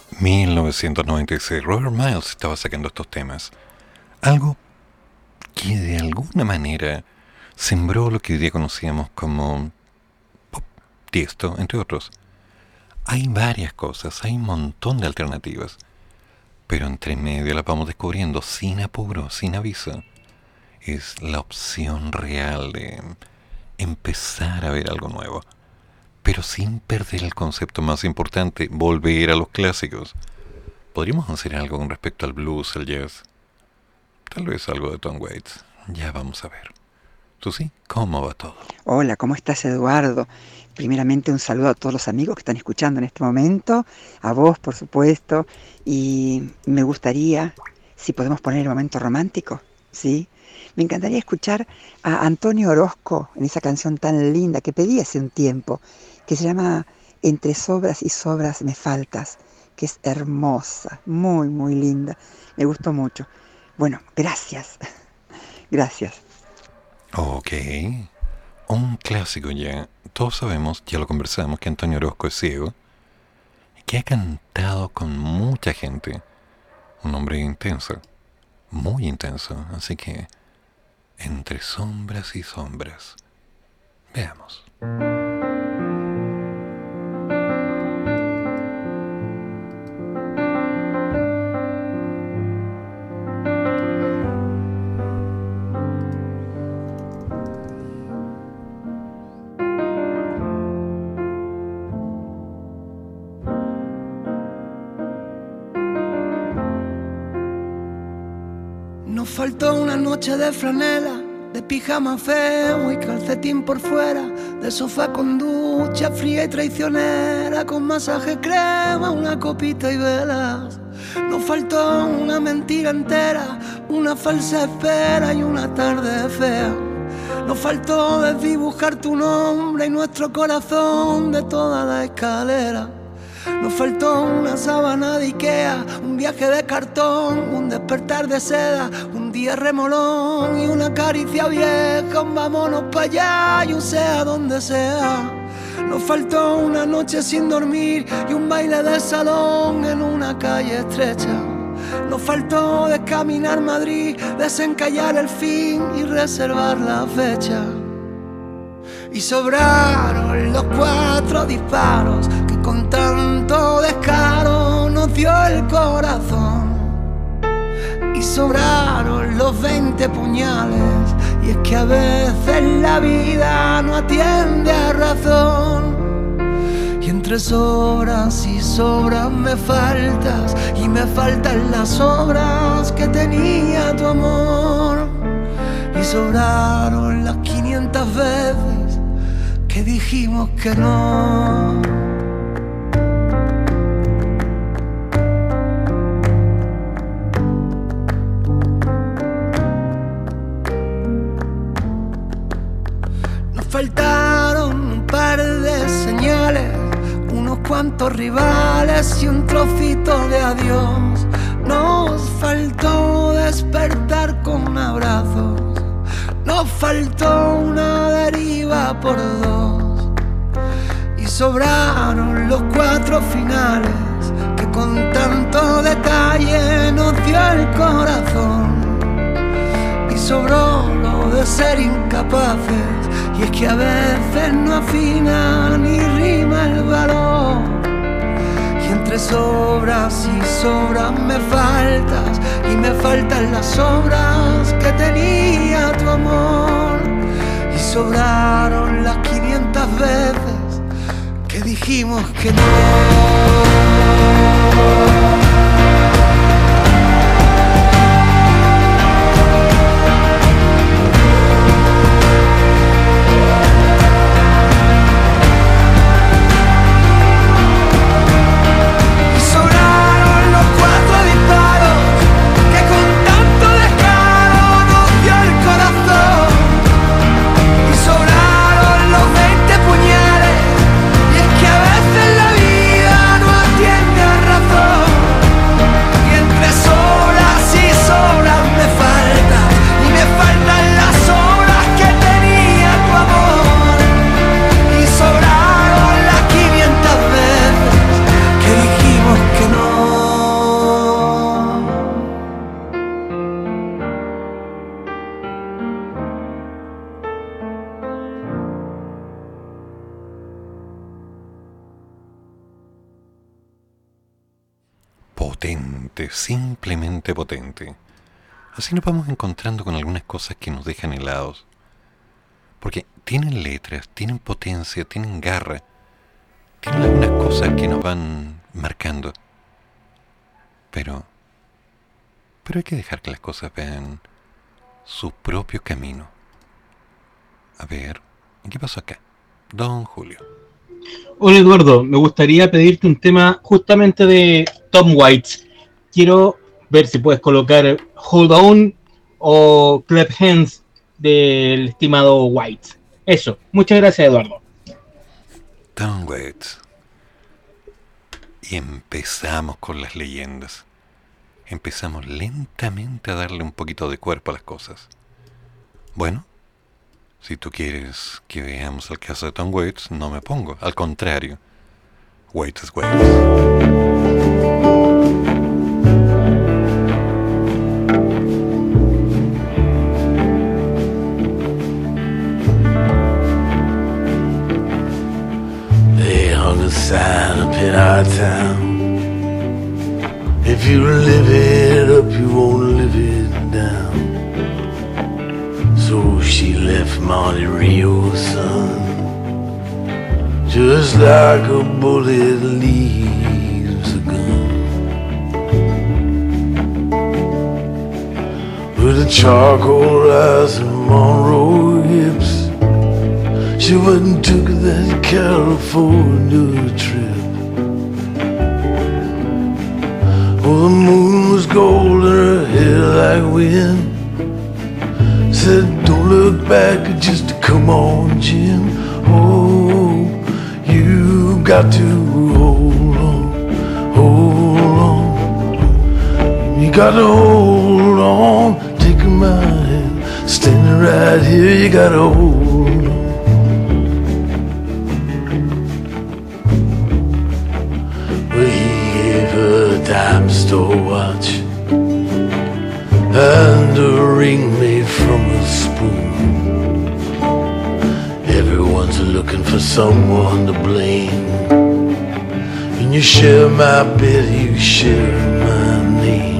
1996, Robert Miles estaba sacando estos temas. Algo que de alguna manera sembró lo que hoy día conocíamos como pop, Tiesto, entre otros. Hay varias cosas, hay un montón de alternativas, pero entre medio las vamos descubriendo sin apuro, sin aviso. Es la opción real de empezar a ver algo nuevo, pero sin perder el concepto más importante, volver a los clásicos. ¿Podríamos hacer algo con respecto al blues, al jazz? Tal vez algo de Tom Waits. Ya vamos a ver. ¿Tú sí? ¿Cómo va todo? Hola, ¿cómo estás, Eduardo? Primeramente un saludo a todos los amigos que están escuchando en este momento, a vos, por supuesto, y me gustaría, si podemos poner el momento romántico, ¿sí? Me encantaría escuchar a Antonio Orozco en esa canción tan linda que pedí hace un tiempo, que se llama Entre sobras y sobras me faltas, que es hermosa, muy, muy linda. Me gustó mucho. Bueno, gracias. Gracias. Ok. Un clásico ya. Todos sabemos, ya lo conversamos, que Antonio Orozco es ciego y que ha cantado con mucha gente. Un hombre intenso, muy intenso. Así que, entre sombras y sombras. Veamos. Nos faltó una noche de franela, de pijama feo y calcetín por fuera, de sofá con ducha fría y traicionera, con masaje crema, una copita y velas. Nos faltó una mentira entera, una falsa espera y una tarde fea. Nos faltó desdibujar tu nombre y nuestro corazón de toda la escalera. Nos faltó una sábana de Ikea, un viaje de cartón, un despertar de seda, un día remolón y una caricia vieja, un vámonos pa' allá y un sea donde sea. Nos faltó una noche sin dormir y un baile de salón en una calle estrecha. Nos faltó descaminar Madrid, desencallar el fin y reservar la fecha. Y sobraron los 4 disparos que con tanto descaro nos dio el corazón. Y sobraron los 20 puñales, y es que a veces la vida no atiende a razón. Y entre sobras y sobras me faltas, y me faltan las sobras que tenía tu amor. Y sobraron las 500 veces que dijimos que no. Nos faltaron un par de señales, unos cuantos rivales y un trocito de adiós. Nos faltó despertar con abrazos, nos faltó una deriva por 2. Y sobraron los 4 finales que con tanto detalle nos dio el corazón. Y sobró lo de ser incapaces, y es que a veces no afina ni rima el valor. Y entre sobras y sobras me faltas, y me faltan las sobras que tenía tu amor. Y sobraron las 500 veces que dijimos que no. Puñales, y es que a veces la vida no atiende a potente, simplemente potente. Así nos vamos encontrando con algunas cosas que nos dejan helados. Porque tienen letras, tienen potencia, tienen garra. Tienen algunas cosas que nos van marcando. Pero hay que dejar que las cosas vean su propio camino. A ver, ¿qué pasó acá? Don Julio. Hola Eduardo, me gustaría pedirte un tema justamente de Tom Waits. Quiero ver si puedes colocar Hold On o Clap Hands del estimado Waits. Eso, muchas gracias Eduardo. Tom Waits. Y empezamos con las leyendas. Empezamos lentamente a darle un poquito de cuerpo a las cosas. Bueno, si tú quieres que veamos el caso de Tom Waits, no me pongo. Al contrario, Waits es Waits. They hung a sign up in our town. If you live it up, you won't live it down. So she left Monte Rio, son, just like a bullet leaves a gun. With a charcoal eyes and Monroe hips, she went and took that California trip. Oh, the moon was gold and her hair like wind. Said, don't look back, just come on, Jim. Oh, you got to hold on. You got to hold on, take my hand, standing right here, you got to hold on. Well, he gave her a dime store watch and a ring made from a spoon. Everyone's looking for someone to blame. When you share my bed, you share my name.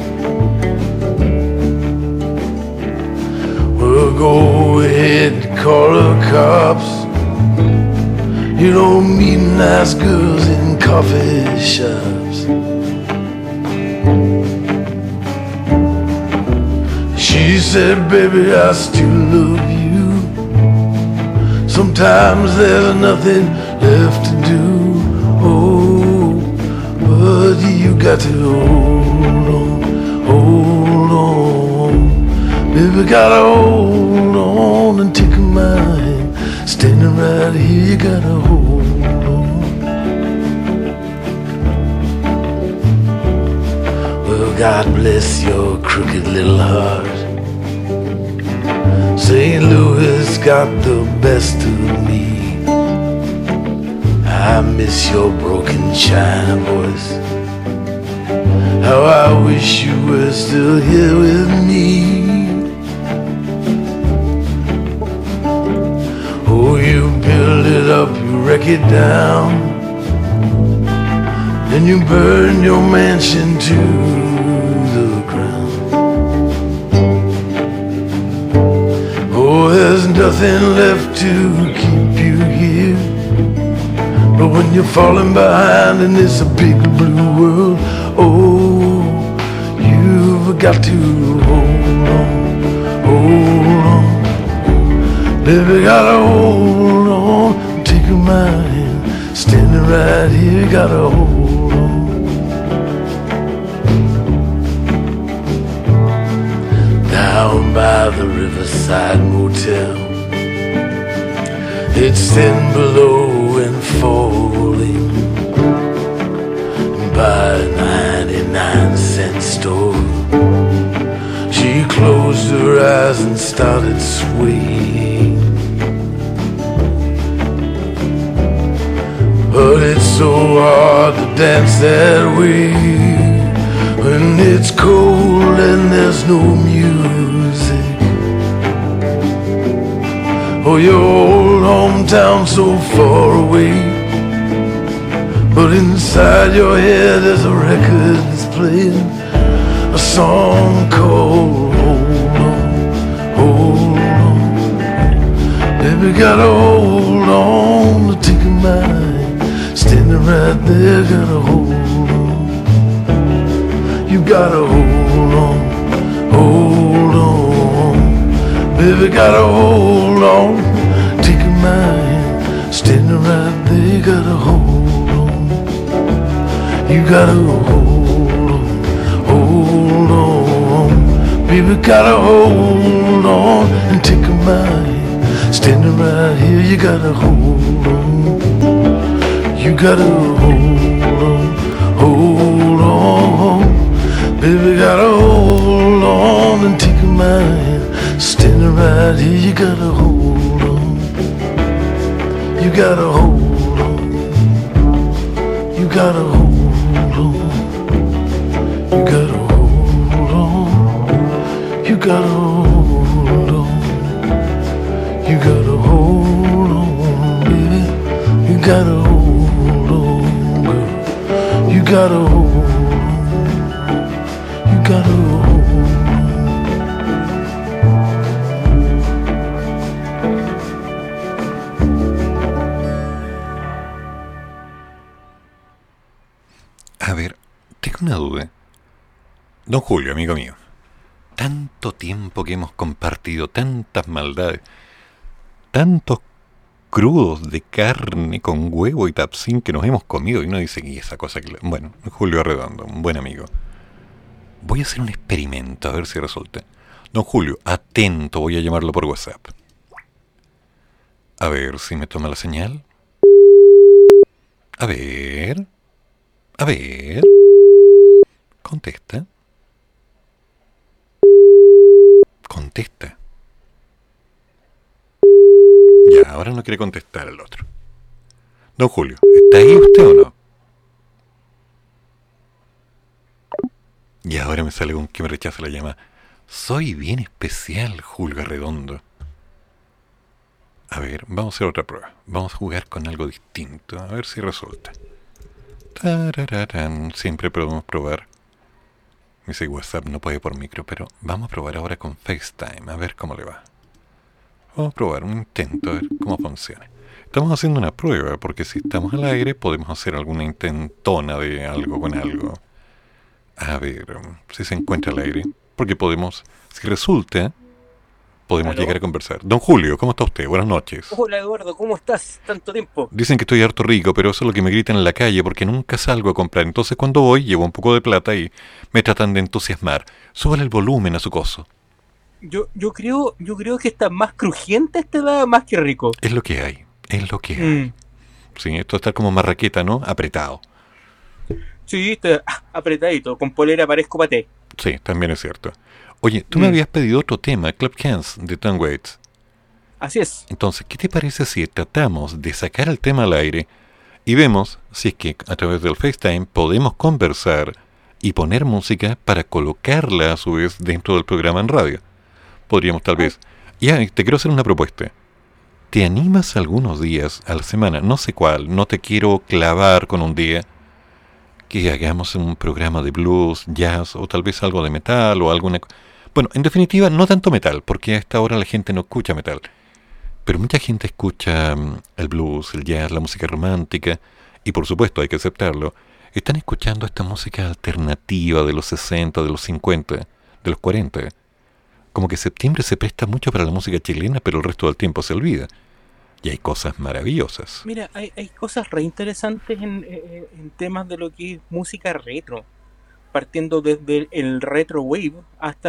Well, go ahead, call the cops. You don't meet nice girls in coffee shops. She said, baby, I still love you. Sometimes there's nothing left to do. Oh, but you got to hold on. Baby, gotta hold on and take my hand. Standing right here, you gotta hold on. Well, God bless your crooked little heart. St. Louis got the best of me. I miss your broken China voice. How I wish you were still here with me. Oh, you build it up, you wreck it down, then you burn your mansion to the ground. Oh, there's nothing left to keep you here. But when you're falling behind in this big blue world, oh, you've got to hold on. Baby, gotta hold on, take my hand, standing right here, gotta hold on. Down by the Riverside Motel, it's thin below and falling. And by a 99-cent store, she closed her eyes and started swaying. But it's so hard to dance that way when it's cold and there's no music. Oh, your old hometown so far away, but inside your head there's a record that's playing a song called Hold On, Hold On. Baby, gotta hold on to take a mind. Standing right there, gotta hold on. You gotta hold on, hold on. Baby, gotta hold on, take a mind. Standing right there, gotta hold on. You gotta hold on. Baby, gotta hold on and take a mind. Standing right here, you gotta hold on. You gotta hold on. Baby, gotta hold on and take a mind. Standing right here, you gotta hold on. You gotta hold on. You gotta hold on. You gotta hold on. You gotta hold on. You gotta hold on, baby. You gotta hold on, girl. You gotta hold on. You gotta hold on. A ver, tengo una duda. Don Julio, amigo mío. Tanto tiempo que hemos compartido, tantas maldades, tantos crudos de carne con huevo y tapsín que nos hemos comido y uno dice que esa cosa que... Bueno, Julio Arredondo, un buen amigo. Voy a hacer un experimento, a ver si resulta. Don Julio, atento, voy a llamarlo por WhatsApp. A ver si me toma la señal. A ver. A ver. Contesta. Contesta. Ya, ahora no quiere contestar el otro. Don Julio, ¿está ahí usted o no? Y ahora me sale con que me rechaza la llamada. Soy bien especial, Julio Arredondo. A ver, vamos a hacer otra prueba. Vamos a jugar con algo distinto, a ver si resulta. Tarararán. Siempre podemos probar. Me dice WhatsApp no puede por micro, pero vamos a probar ahora con FaceTime, a ver cómo le va. Vamos a probar un intento, a ver cómo funciona. Estamos haciendo una prueba, porque si estamos al aire podemos hacer alguna intentona de algo con algo. A ver si se encuentra al aire, porque podemos, si resulta, podemos ¿Aló? llegar a conversar. Don Julio, ¿cómo está usted? Buenas noches. Hola Eduardo, ¿cómo estás? Tanto tiempo. Dicen que estoy harto rico, pero eso es lo que me gritan en la calle porque nunca salgo a comprar. Entonces cuando voy llevo un poco de plata y me tratan de entusiasmar. Súbale el volumen a su coso. Yo creo que está más crujiente a esta edad más que rico. Es lo que hay, es lo que hay. Sí, esto está como marraqueta, ¿no? Apretado. Sí, está apretadito, con polera parezco paté. Sí, también es cierto. Oye, tú me habías pedido otro tema, Club Hands, de Tom Waits. Así es. Entonces, ¿qué te parece si tratamos de sacar el tema al aire y vemos si es que a través del FaceTime podemos conversar y poner música para colocarla a su vez dentro del programa en radio? Podríamos tal vez... Ya, te quiero hacer una propuesta. ¿Te animas algunos días a la semana? No sé cuál, no te quiero clavar con un día, que hagamos un programa de blues, jazz o tal vez algo de metal o alguna... Bueno, en definitiva, no tanto metal, porque a esta hora la gente no escucha metal. Pero mucha gente escucha el blues, el jazz, la música romántica, y por supuesto, hay que aceptarlo, están escuchando esta música alternativa de los 60, de los 50, de los 40. Como que septiembre se presta mucho para la música chilena, pero el resto del tiempo se olvida. Y hay cosas maravillosas. Mira, hay cosas re interesantes en temas de lo que es música retro. Partiendo desde el retro wave hasta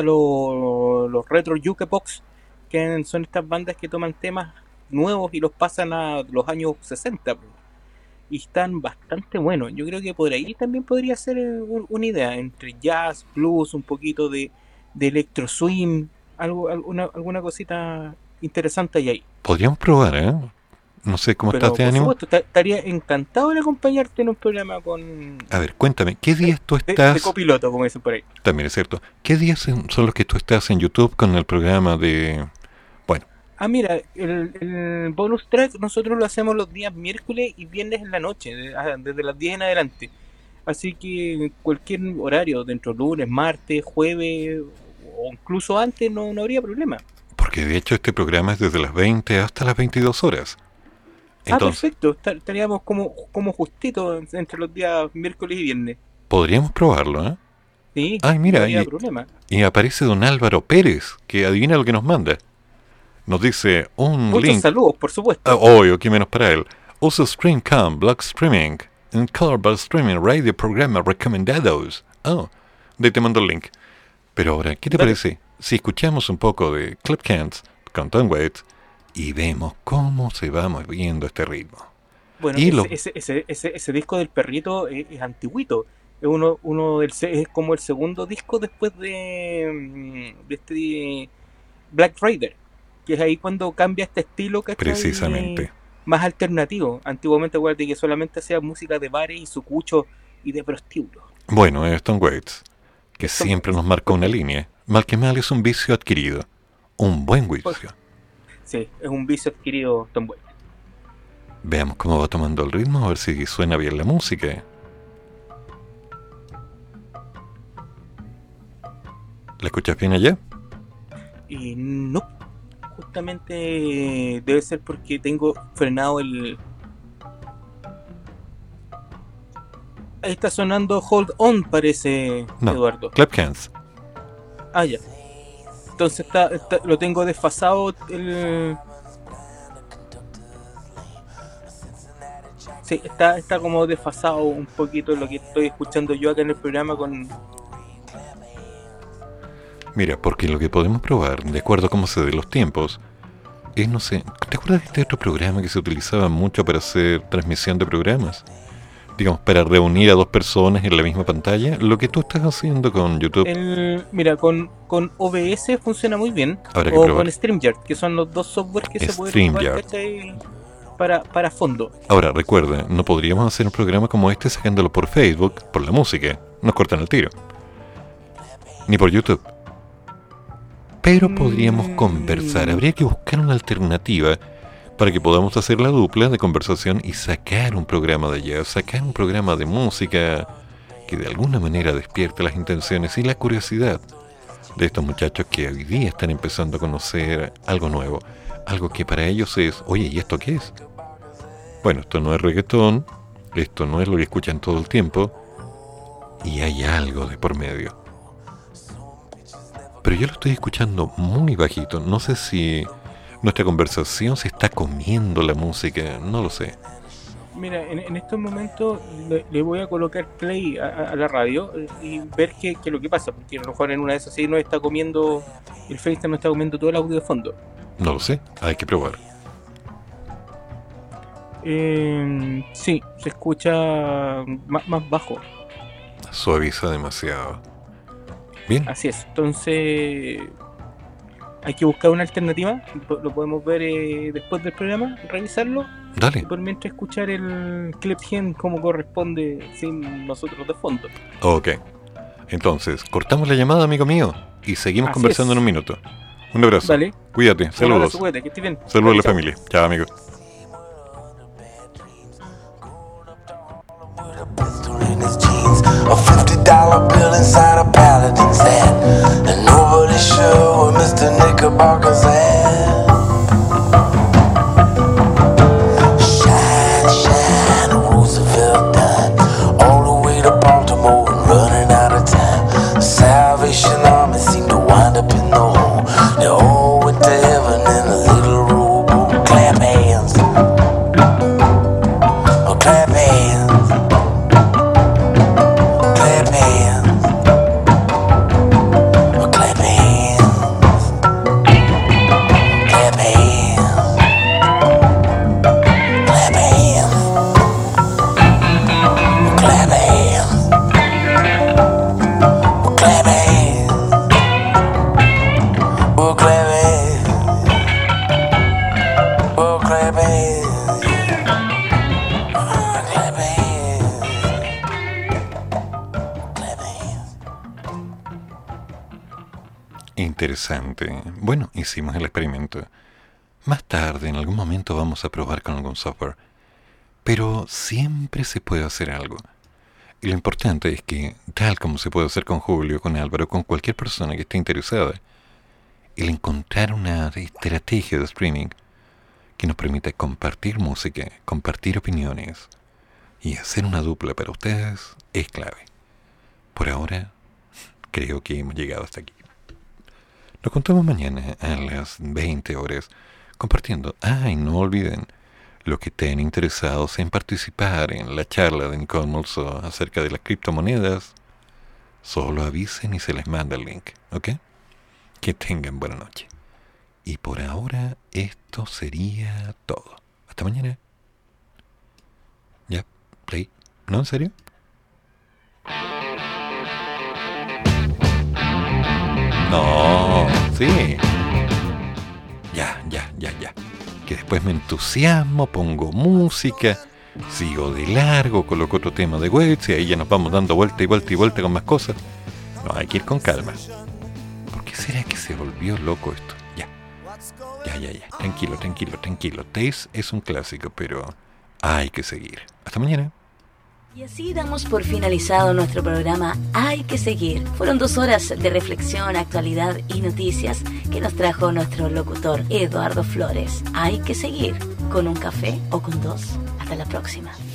los retro jukebox, que son estas bandas que toman temas nuevos y los pasan a los años 60. Y están bastante buenos. Yo creo que por ahí también podría ser una idea. Entre jazz, blues, un poquito de electro swing, alguna cosita interesante hay ahí. Podríamos probar, ¿eh? No sé cómo estás de ánimo. Por supuesto, estaría encantado de acompañarte en un programa con... A ver, cuéntame, ¿qué días tú estás...? De copiloto, como dicen por ahí. También es cierto. ¿Qué días son los que tú estás en YouTube con el programa de...? Bueno. Ah, mira, el bonus track nosotros lo hacemos los días miércoles y viernes en la noche, desde las 10 en adelante. Así que cualquier horario, dentro lunes, martes, jueves o incluso antes, no habría problema. Porque de hecho este programa es desde las 20 hasta las 22 horas. Entonces, Perfecto. Estaríamos como justito entre los días miércoles y viernes. podríamos probarlo, ¿eh? Sí, Ay, mira, no habría problema. y aparece don Álvaro Pérez, que adivina lo que nos manda. Nos dice un Muchos link. saludos, por supuesto. Obvio, que menos para él. Uso Streamcam, Block Streaming, en Color Streaming, Radio Programa Recomendados. De te mando el link. Pero ahora, ¿qué te parece si escuchamos un poco de Club Cans con Tom Waits y vemos cómo se va moviendo este ritmo? Bueno, Y ese disco del perrito es antiguito. Es es como el segundo disco después de este Black Rider, que es ahí cuando cambia este estilo, ¿cachai? Precisamente. Más alternativo. Antiguamente, acuérdate que solamente hacía música de bares y sucuchos y de prostíbulos. Bueno, es Tom Waits, que siempre nos marcó una línea. Mal que mal es un vicio adquirido. Un buen vicio. Sí, es un vicio adquirido, Tom Waits. Veamos cómo va tomando el ritmo, a ver si suena bien la música. ¿La escuchas bien allá? Y no, justamente debe ser porque tengo frenado el... Ahí está sonando Hold On, parece, No, Eduardo. Club Cans. Ah, ya. Entonces lo tengo desfasado el... Sí, está como desfasado un poquito lo que estoy escuchando yo acá en el programa con... Mira, porque lo que podemos probar, de acuerdo a cómo se den los tiempos, es, no sé, ¿te acuerdas de este otro programa que se utilizaba mucho para hacer transmisión de programas? Digamos, para reunir a dos personas en la misma pantalla, lo que tú estás haciendo con YouTube. Mira, con OBS funciona muy bien, Habrá que o probar. con StreamYard, que son los dos software que se pueden StreamYard. ocupar, ¿cachai? Para fondo. Ahora, recuerda, no podríamos hacer un programa como este sacándolo por Facebook, por la música. Nos cortan el tiro. Ni por YouTube. Pero podríamos conversar. Habría que buscar una alternativa para que podamos hacer la dupla de conversación y sacar un programa de jazz, sacar un programa de música que de alguna manera despierte las intenciones y la curiosidad de estos muchachos que hoy día están empezando a conocer algo nuevo. Algo que para ellos es, oye, ¿y esto qué es? Bueno, esto no es reggaetón, esto no es lo que escuchan todo el tiempo, y hay algo de por medio. Pero yo lo estoy escuchando muy bajito, no sé si nuestra conversación se está comiendo la música, no lo sé. Mira, en estos momentos le voy a colocar play a la radio y ver qué es lo que pasa, porque a lo mejor en una de esas sí nos está comiendo, el FaceTime nos está comiendo todo el audio de fondo. No lo sé, hay que probar. Sí, se escucha más bajo. Suaviza demasiado. Bien. Así es, entonces hay que buscar una alternativa, lo podemos ver después del programa, revisarlo. Dale. Y por mientras escuchar el Club Gen como corresponde sin nosotros de fondo. Ok. Entonces, cortamos la llamada, amigo mío, y seguimos Así conversando es. en un minuto. Un abrazo. Dale. Cuídate. Un Saludos. abrazo, cuídate, que estés bien. Saludos a la Chao. familia. Chao, amigo. A $50 bill inside a Paladin's hat, and nobody's sure where Mr. Knickerbocker's at. Shine, shine, Roosevelt dime, all the way to Baltimore and running out of time. Salvation Army seemed to wind up in the hole. They all went to heaven in a little rowboat. Clap hands, oh, clap hands. Clap hands. Oh, clap hands. Clap hands. Clap hands. Oh, clap hands. Oh, clap hands. Oh, clap hands. Oh, clap hands. Oh, clap hands. Interesante. Bueno, hicimos el experimento. Más tarde, en algún momento, vamos a probar con algún software. Pero siempre se puede hacer algo. Y lo importante es que, tal como se puede hacer con Julio, con Álvaro, con cualquier persona que esté interesada, el encontrar una estrategia de streaming que nos permita compartir música, compartir opiniones y hacer una dupla para ustedes es clave. Por ahora, creo que hemos llegado hasta aquí. Nos contamos mañana a las 20 horas compartiendo. Y no olviden, los que estén interesados en participar en la charla de Nicole Molso acerca de las criptomonedas, solo avisen y se les manda el link, ¿ok? Que tengan buena noche. Y por ahora esto sería todo. Hasta mañana. Ya, play. ¿No? ¿En serio? No, sí. Ya. Que después me entusiasmo, pongo música, sigo de largo, coloco otro tema de Waits y ahí ya nos vamos dando vuelta y vuelta con más cosas. No, hay que ir con calma. ¿Por qué será que se volvió loco esto? Ya. Tranquilo. Taste es un clásico, pero hay que seguir. Hasta mañana. Y así damos por finalizado nuestro programa Hay que seguir. Fueron 2 horas de reflexión, actualidad y noticias que nos trajo nuestro locutor Eduardo Flores. Hay que seguir, con un café o con 2. Hasta la próxima.